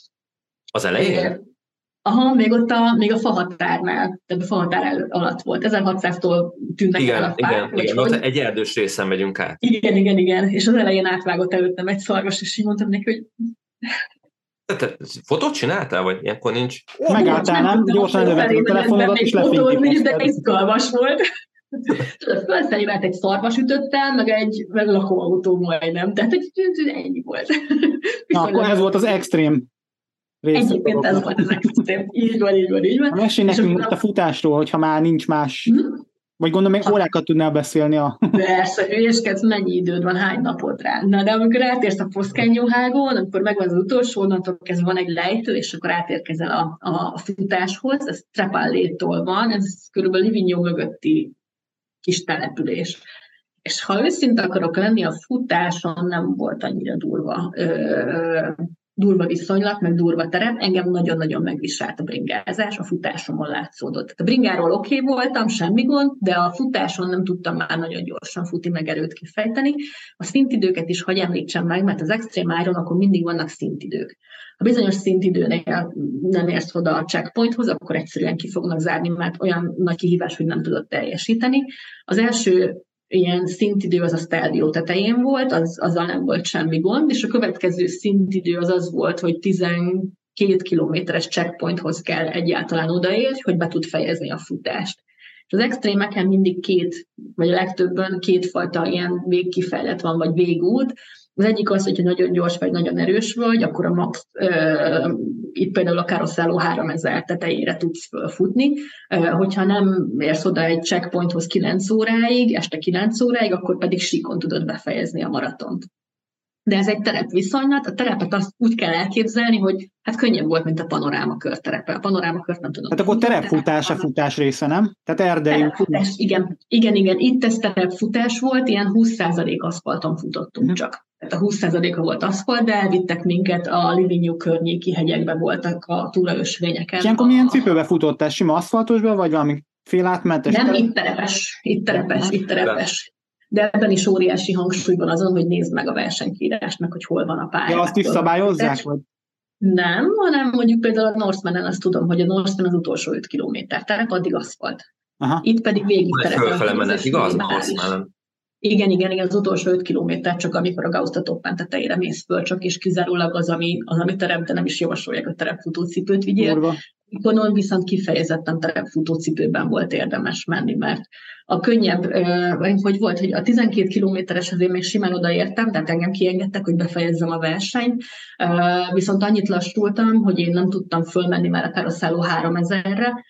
Az elején? Aha, még ott a, még a fahatárnál, tehát a fahatár alatt volt. ezerhatszáztól tűnnek igen, el a fák. Igen, igen, ott egy erdős részen megyünk át. Igen, igen, igen. És az elején átvágott előttem egy szarvas, és így mondtam neki, hogy... Te, te fotót csináltál, vagy ilyenkor nincs? Megálltál, nem? Gyorsan elővetted a telefonodat, és lefényképezted. De izgalmas volt. Fölfelé vált egy szarvasütöttel, meg egy meg lakóautó majdnem. Tehát ennyi volt. Na, akkor ez volt az extrém. Egyébként ez volt az extrém. Így van, így van, így van. Mesélj nekünk most a futásról, hogyha már nincs más. Hmm? Vagy gondolom, még órákat tudnál beszélni a... Persze, hülyeskedsz, mennyi időd van, hány napod rá. Na, de amikor átérsz a Foszkányóhágon, akkor megvan az utolsó, onnantól kezdve van egy lejtő, és akkor átérkezel a, a futáshoz. Ez Trepallétól van, ez körülbelül Livigno mögötti kis település. És ha őszinte akarok lenni, a futáson nem volt annyira durva. Ö, durva viszonylat, meg durva terep, engem nagyon-nagyon megviselt a bringázás, a futásomon látszódott. Tehát a bringáról oké okay voltam, semmi gond, de a futáson nem tudtam már nagyon gyorsan futni, meg erőt kifejteni. A szintidőket is hagy említsem meg, mert az Extreme Ironokon mindig vannak szintidők. Ha bizonyos szintidőnél nem érsz oda a checkpointhoz, akkor egyszerűen ki fognak zárni, mert olyan nagy kihívás, hogy nem tudod teljesíteni. Az első ilyen szintidő az a Stelvio tetején volt, az, azzal nem volt semmi gond, és a következő szintidő az az volt, hogy tizenkét kilométeres checkpointhoz kell egyáltalán odaérni, hogy be tud fejezni a futást. És az extrémeken mindig két, vagy a legtöbben kétfajta ilyen végkifejlet van, vagy végút. Az egyik az, hogyha nagyon gyors vagy nagyon erős vagy, akkor a max, uh, itt például a Carosello háromezer tetejére tudsz futni. Uh, hogyha nem érsz oda egy checkpointhoz kilenc óráig, este kilenc óráig, akkor pedig síkon tudod befejezni a maratont. De ez egy terepviszonylat, a terepet azt úgy kell elképzelni, hogy hát könnyebb volt, mint a panorámakör terepe. A panorámakört nem tudom. Tehát akkor terepfutás a futás része, nem? Tehát erdei. Terepfutás, igen, igen, igen. Itt ez terepfutás volt, ilyen húsz százalék aszfalton futottunk hmm. csak. Tehát a húsz százaléka volt aszfalt, de elvittek minket a Livigno környéki hegyekbe voltak a túraösvényeken. És ilyenkor milyen cipőbe futottál? Sima aszfaltosba, vagy valami félátmentes? Nem, itt terepes, itt terepes, itt terepes. De ebben is óriási hangsúly van azon, hogy nézd meg a versenykírást, meg hogy hol van a pálya. Ja, azt is szabályozzák? Vagy? Nem, hanem mondjuk például a Northmanen azt tudom, hogy a Northman az utolsó öt kilométer terep, addig aszfalt. Aha. Itt pedig végig terepen. Fölfele menet, igaz? Igen, igen, igen, az utolsó öt kilométer csak amikor a Gausta Toppán tetejére mész föl, csak és kizárólag az, ami, az, ami terep, de nem is javasolják, hogy terepfutócipőt vigyél. Ikonon viszont kifejezetten terepfutócipőben volt érdemes menni, mert a könnyebb, hogy volt, hogy a tizenkét kilométeres azért még simán odaértem, tehát engem kiengedtek, hogy befejezzem a versenyt, viszont annyit lassultam, hogy én nem tudtam fölmenni már a Carosello háromezerre,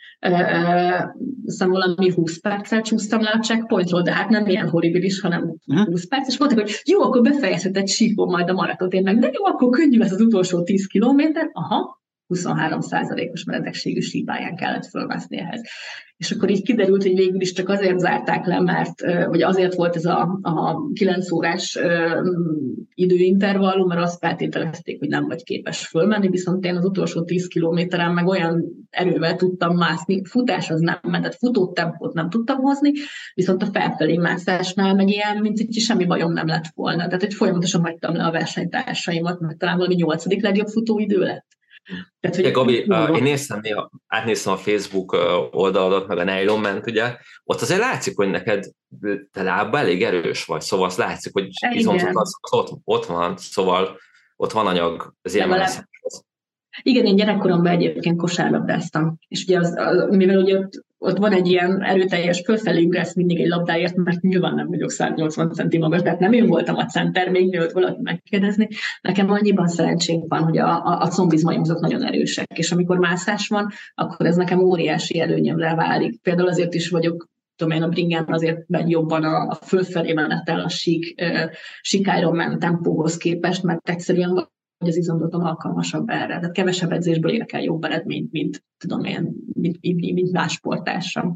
szóval valami húsz perccel csúsztam le a checkpointról, de hát nem ilyen horribilis, hanem húsz perc, és mondták, hogy jó, akkor befejezheted síkból majd a maratot, én meg, de jó, akkor könnyű lesz az utolsó tíz kilométer, aha, huszonhárom százalékos meredekségű sípályán kellett fölmászni ehhez. És akkor így kiderült, hogy végül is csak azért zárták le, mert, vagy azért volt ez a, a kilenc órás időintervallum, mert azt feltételezték, hogy nem vagy képes fölmenni, viszont én az utolsó tíz kilométeren meg olyan erővel tudtam mászni, futás az nem ment, tehát futótempót nem tudtam hozni, viszont a felfelé mászásnál meg ilyen, mint hogy semmi bajom nem lett volna. Tehát hogy folyamatosan hagytam le a versenytársaimat, mert talán valami nyolcadik legjobb futóidő lett. Tehát, hogy... Gabi, uh, én néztem néha, átnéztem a Facebook oldaladat, meg a Nylonman-t, ugye, ott azért látszik, hogy neked te lábban elég erős vagy, szóval azt látszik, hogy izomzat az, az ott, ott van, szóval ott van anyag az ilyen messzáshoz. Igen, én gyerekkoromban egyébként kosárlabdáztam, és ugye az, az, mivel ugye ott, ott van egy ilyen erőteljes fölfelé ugrás mindig egy labdáért, mert nyilván nem vagyok száz nyolcvan centi magas, tehát nem én voltam a center, még mielőtt valaki megkérdezni. Nekem annyiban szerencsém van, hogy a, a, a combizmaim azok nagyon erősek, és amikor mászás van, akkor ez nekem óriási előnyömre válik. Például azért is vagyok, tudom én, a bringán azért megy jobban a, a fölfelé menetel a sík, uh, sík Ironman tempóhoz képest, mert egyszerűen hogy az izomzatom alkalmasabb erre. Tehát kevesebb edzésből érek el jobb eredményt, mint, tudom én, mint, mint, mint más sportársam.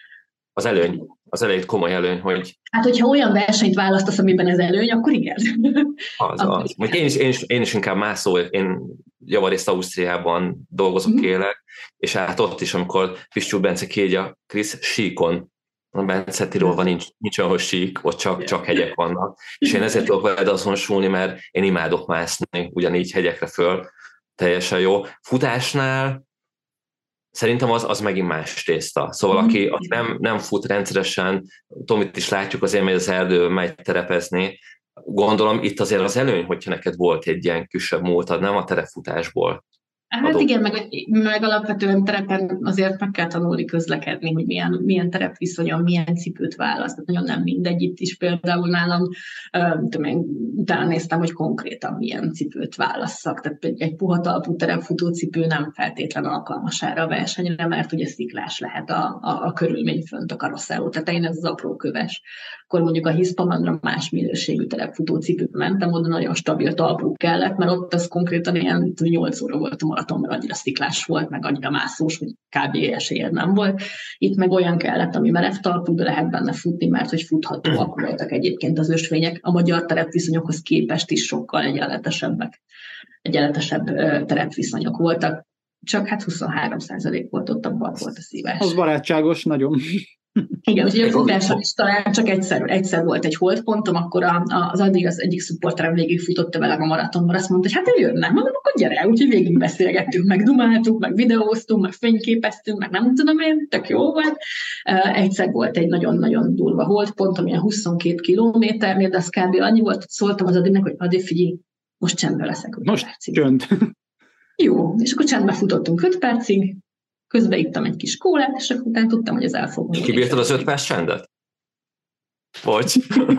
Az előny, az előny komoly előny, hogy... Hát, hogyha olyan versenyt választasz, amiben ez előny, akkor igen. Az, akkor az. Igen. Én, is, én, is, én is inkább mászó, én javarészt Ausztriában dolgozok, mm-hmm. élek, és hát ott is, amikor Pistyú Bence kiírja, Krisz, síkon, a Bence Tirolban nincs, nincs olyan, hogy sík, ott csak, csak hegyek vannak. És én ezért tudok veled azonosulni, mert én imádok mászni ugyanígy hegyekre föl, teljesen jó. Futásnál szerintem az, az megint más tészta. Szóval aki, aki nem, nem fut rendszeresen, Tomit is látjuk, azért megy az erdő, megy terepezni, gondolom itt azért az előny, hogyha neked volt egy ilyen kisebb múltad, nem a terepfutásból. Hát adó. Igen, meg, meg alapvetően terepen azért meg kell tanulni közlekedni, hogy milyen, milyen terepviszonyon, milyen cipőt választ. Tehát nagyon nem mindegy. Itt is például nálam, uh, tudom én, utána néztem, hogy konkrétan milyen cipőt válasszak. Tehát egy, egy puha talpú terepfutó cipő nem feltétlen alkalmas erre a versenyre, mert ugye sziklás lehet a, a, a körülmény fönt a karosszáló tetején, ez az apró köves. Akkor mondjuk a Hiszpamanra más minőségű terepfutó cipőt mentem, oda nagyon stabil talpú kellett, mert ott az konkrétan ilyen nyolc óra volt a maraton, mert annyira sziklás volt, meg annyira mászós, hogy kb. Esélyed nem volt. Itt meg olyan kellett, ami merev talpú, de lehet benne futni, mert hogy futhatóak voltak egyébként az ösvények. A magyar terepviszonyokhoz képest is sokkal egyenletesebbek. Egyenletesebb terepviszonyok voltak. Csak hát huszonhárom százalék volt ott, abban volt a szívás. Az barátságos, nagyon. Igen, úgyhogy a futáson is talán csak egyszer, egyszer volt egy holdpontom, akkor a, a, az addig az egyik szupporterem végigfutotta velem a maratonban, azt mondta, hogy hát ő jönne, mondom, akkor gyere, úgyhogy végig beszélgettünk, meg dumáltuk, meg videóztunk, meg fényképeztünk, meg nem tudom én, tök jó volt. Egyszer volt egy nagyon-nagyon durva holdpontom, ilyen huszonkét kilométernél, de az kb. Annyi volt, hogy szóltam az addinak, hogy Adi, figyelj, most csendben leszek. Most csönd. Jó, és akkor csendben futottunk öt percig, közben ittam egy kis kólát, és akkor utána tudtam, hogy ez el fog múlni. Kibírtad az öt perc csendet? Vagy?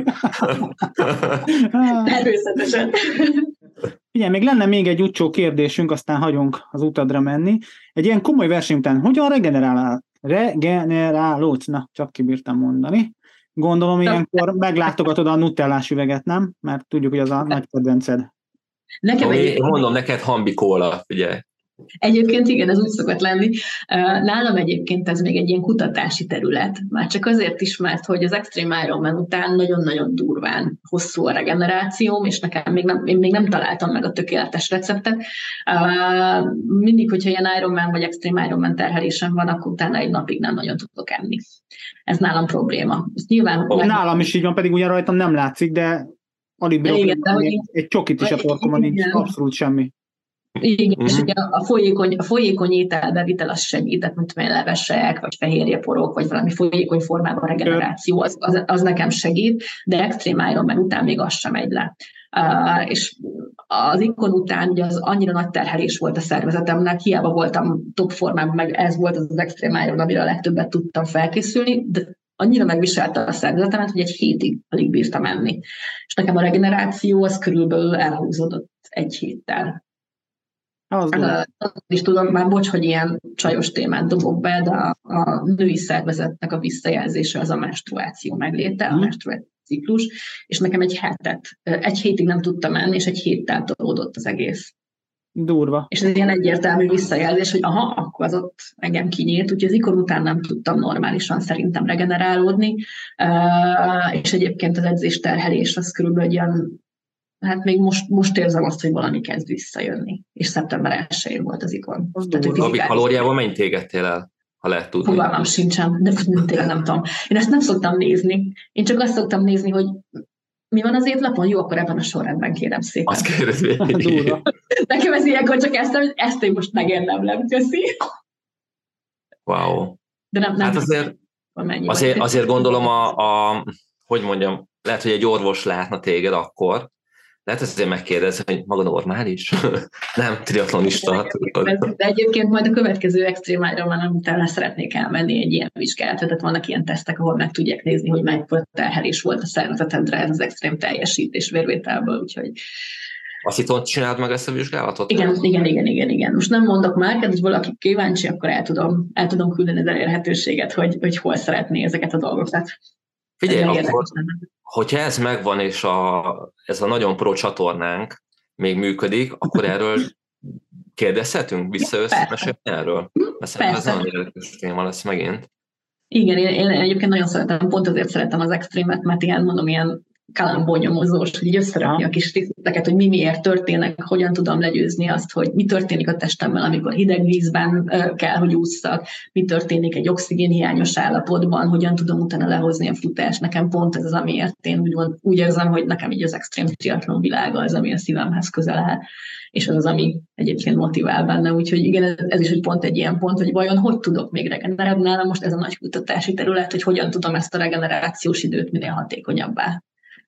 Természetesen. Figyelj, még lenne még egy utcsó kérdésünk, aztán hagyunk az utadra menni. Egy ilyen komoly verseny után hogyan regenerál, regenerálódsz? Na, csak kibírtam mondani. Gondolom, ilyenkor meglátogatod a nutellás üveget, nem? Mert tudjuk, hogy az a nagy kedvenced. Nekem egy... Mondom neked Hambi kóla, figyelj. Egyébként igen, ez úgy szokott lenni. Nálam egyébként ez még egy ilyen kutatási terület, már csak azért is, mert hogy az Extreme Ironman után nagyon-nagyon durván hosszú a regenerációm, és nekem még nem, én még nem találtam meg a tökéletes receptet. Mindig, hogyha ilyen Ironman vagy Extreme Ironman terhelésem van, akkor utána egy napig nem nagyon tudok enni. Ez nálam probléma. Ez nyilván oh, nálam is így van, pedig ugyan rajtam nem látszik, de alig egy csokit is a torkomon, nincs abszolút semmi. Igen, uh-huh. És ugye a folyékony, a folyékony ételbevitel az segített, mint olyan levesek, vagy fehérjeporok, vagy valami folyékony formában regeneráció, az, az, az nekem segít, de Extreme Ironman után még az sem megy le. Uh, és az ikon után ugye az annyira nagy terhelés volt a szervezetemnek, hiába voltam top formában, meg ez volt az, az Extreme Iron, amire a legtöbbet tudtam felkészülni, de annyira megviselte a szervezetemet, hogy egy hétig alig bírtam menni. És nekem a regeneráció az körülbelül elhúzódott egy héttel. Uh, is tudom, már bocs, hogy ilyen csajos témát dobok be, de a, a női szervezetnek a visszajelzése az a menstruáció megléte, a menstruáció ciklus, és nekem egy hetet, egy hétig nem tudtam menni, és egy héttel tolódott az egész. Durva. És ez ilyen egyértelmű visszajelzés, hogy aha, akkor az ott engem kinyílt, úgyhogy az ikon után nem tudtam normálisan szerintem regenerálódni, uh, és egyébként az edzésterhelés az körülbelül egy ilyen, hát még most, most érzem azt, hogy valami kezd visszajönni. És szeptember elsején volt az ikon. Gabi, kalóriával mennyit égettél el, ha lehet tudni? Fogalmam sincsen, de tényleg nem tudom. Én ezt nem szoktam nézni. Én csak azt szoktam nézni, hogy mi van az étlapon? Jó, akkor ebben a sorrendben kérem szépen. Azt kérem végig. Nekem ez ilyenkor csak ezt, ezt én most megérdemlem, köszi. Wow. De nem, nem hát azért, azért, azért gondolom a, a, hogy mondjam, lehet, hogy egy orvos látna téged akkor, lehet azért megkérdezni, hogy maga normális? Nem triatlonista. De egyébként majd a következő Extreme Ironman utána szeretnék elmenni egy ilyen vizsgálatot, tehát vannak ilyen tesztek, ahol meg tudják nézni, hogy mekkora terhelés volt a szervezetedre ez az extrém teljesítés vérvételből, úgyhogy... Azt itt ott csináld meg ezt a vizsgálatot? Igen, igen, igen, igen, igen. Most nem mondok már, hogy valaki kíváncsi, akkor el tudom, el tudom küldeni az elérhetőséget, hogy, hogy hol szeretné ezeket a dolgokat. Figyelj, akkor, hogyha ez megvan, és a, ez a nagyon pro csatornánk még működik, akkor erről kérdezhetünk vissza-összemesélni erről? Mert ez nagyon érdekes téma lesz megint. Igen, én, én egyébként nagyon szeretem, pont azért szeretem az extrémet, mert ilyen, mondom, ilyen kalambonyomozós, hogy így összerakja a kis részleteket, hogy mi miért történnek, hogyan tudom legyőzni azt, hogy mi történik a testemmel, amikor hideg vízben kell, hogy ússzak, mi történik egy oxigénhiányos állapotban, hogyan tudom utána lehozni a futást. Nekem pont ez az, amiért én úgy, van, úgy érzem, hogy nekem így az extrém triatlon világa az, ami a szívemhez közel áll, és az az, ami egyébként motivál benne. Úgyhogy igen, ez is egy pont egy ilyen pont, hogy vajon hogy tudok még regenerálni. Nálam most ez a nagy kutatási terület, hogy hogyan tudom ezt a regenerációs időt minél hatékonyabbá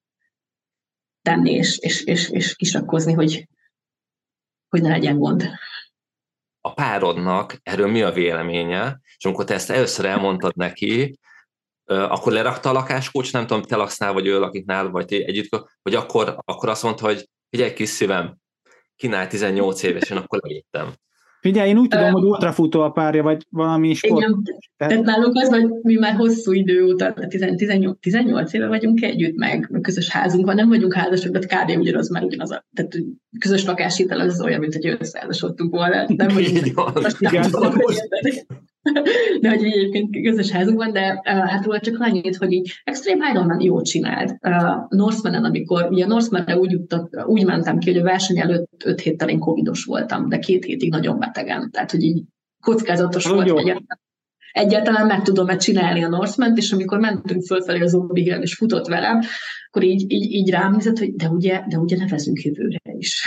tenni, és, és, és, és kisakkozni, hogy, hogy ne legyen gond. A párodnak erről mi a véleménye? És amikor te ezt először elmondtad neki, akkor lerakta a lakáskócs, nem tudom, te laksz nál, vagy ő lakik nál, vagy ti együtt, hogy akkor, akkor azt mondta, hogy figyelj, kis szívem, kínálj tizennyolc évesen, akkor levittem. Figyelj, én úgy tudom, hogy ultrafutó a párja, vagy valami sport. Igen, tehát nálunk az, hogy mi már hosszú idő óta, tizennyolc, tizennyolc éve vagyunk együtt, meg közös házunk van, nem vagyunk házasok, de kb. Ugyanaz már ugyanaz a, tehát közös lakáshitel az olyan, mint hogy összeházasodtunk volna. Nem vagyunk, most nem tudom, de hogy egyébként közös házunk van, de uh, hát róla csak annyit, hogy így Extreme Ironman jót csinált. Uh, Northmanen, amikor, ugye a Northmanre úgy, úgy mentem ki, hogy a verseny előtt öt héttel én covidos voltam, de két hétig nagyon betegen. Tehát, hogy így kockázatos volt, hogy egyáltalán, egyáltalán meg tudom-e csinálni a Northman-t, és amikor mentünk fölfelé az Zombie-en, és futott velem, akkor így, így, így rám nézett, hogy de ugye, de ugye nevezünk jövőre is.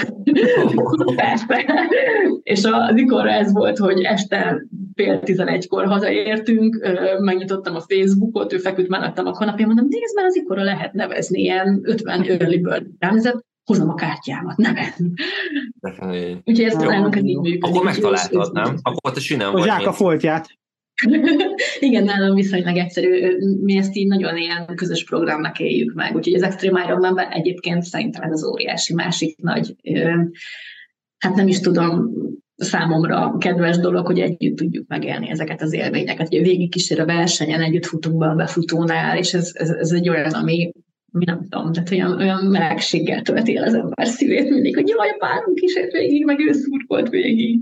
És az ikorra ez volt, hogy este fél tizenegykor hazaértünk, megnyitottam a Facebookot, ő feküdt mellettem a kanapén, mondom, nézd már, az ikorra lehet nevezni, ilyen ötven early bird. Rám nézett, hozom a kártyámat, nevezni. Úgyhogy ez nálunk ez így működik. Akkor megtaláltad, nem? Akkor te sinem vagy. Hozzák a foltját. Igen, nálam viszonylag egyszerű. Mi ezt így nagyon ilyen közös programnak éljük meg. Úgyhogy az Extreme Ironman-ben egyébként szerintem ez az óriási másik nagy, hát nem is tudom, számomra kedves dolog, hogy együtt tudjuk megélni ezeket az élményeket. Ugye végigkísér a versenyen, együtt futunk be a befutónál, és ez, ez, ez egy olyan, ami mi nem tudom, tehát olyan, olyan melegséggel tölti el az ember szívét mindig, hogy jaj, a párunk kísért végig, meg ő szurkolt végig.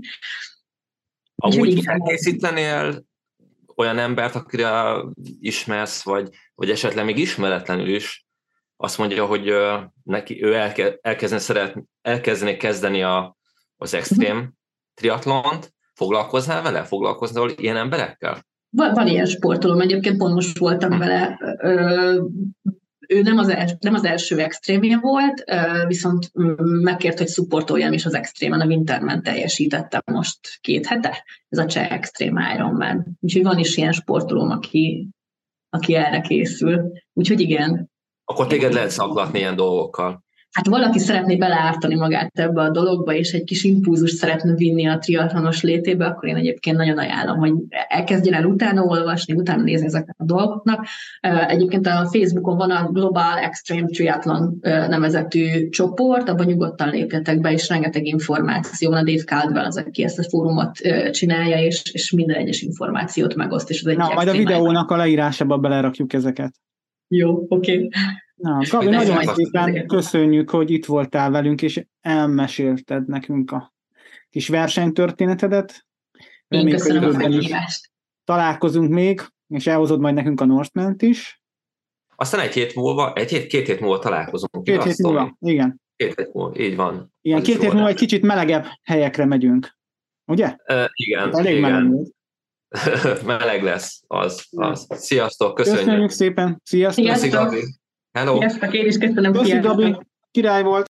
Amúgy felkészítenél olyan embert, akire ismersz, vagy, vagy esetleg még ismeretlenül is, azt mondja, hogy neki ő elke, elkezdeni, szeret, elkezdeni kezdeni a, az extrém triatlont, foglalkoznál vele? Foglalkoznál ilyen emberekkel? Van, van ilyen sportolóm, egyébként pont most voltam vele, ö, ő nem az, els, nem az első extrémje volt, viszont megkért, hogy szupportoljam is az extrémen, a Winterman teljesítettem most két hete, ez a Cseh Extreme Ironman. Úgyhogy van is ilyen sportolóm, aki, aki erre készül. Úgyhogy igen. Akkor téged lehet szaklatni ilyen dolgokkal. Hát valaki szeretné beleártani magát ebbe a dologba, és egy kis impulzust szeretne vinni a triatlonos létébe, akkor én egyébként nagyon ajánlom, hogy elkezdjen el utána olvasni, utána nézni ezeket a dolgoknak. Egyébként a Facebookon van a Global Extreme Triathlon nevezetű csoport, abban nyugodtan lépjetek be, és rengeteg információ van. A Dave Caldwell az, aki ezt a fórumot csinálja, és, és minden egyes információt megoszt. És az egy Na, majd a videónak a leírásába belerakjuk ezeket. Jó, oké. Okay. Na, Gabi, nagyon szépen köszönjük, hogy itt voltál velünk, és elmesélted nekünk a kis versenytörténetedet. Én köszönöm a felhívást. Találkozunk még, és elhozod majd nekünk a Northman-t is. Aztán egy hét múlva, egy hét, két hét múlva találkozunk. Két hét múlva, igen. Két hét múlva, így van. Igen, két hét múlva egy kicsit melegebb helyekre megyünk. Ugye? Uh, igen. Elég igen. meleg. Meleg lesz, az, az. Sziasztok, köszönjük. Köszönjük szépen. Sziasztok. Sziasztok. Hello! Sziasztok, én is köszönöm. Köszi, Gabi, király volt!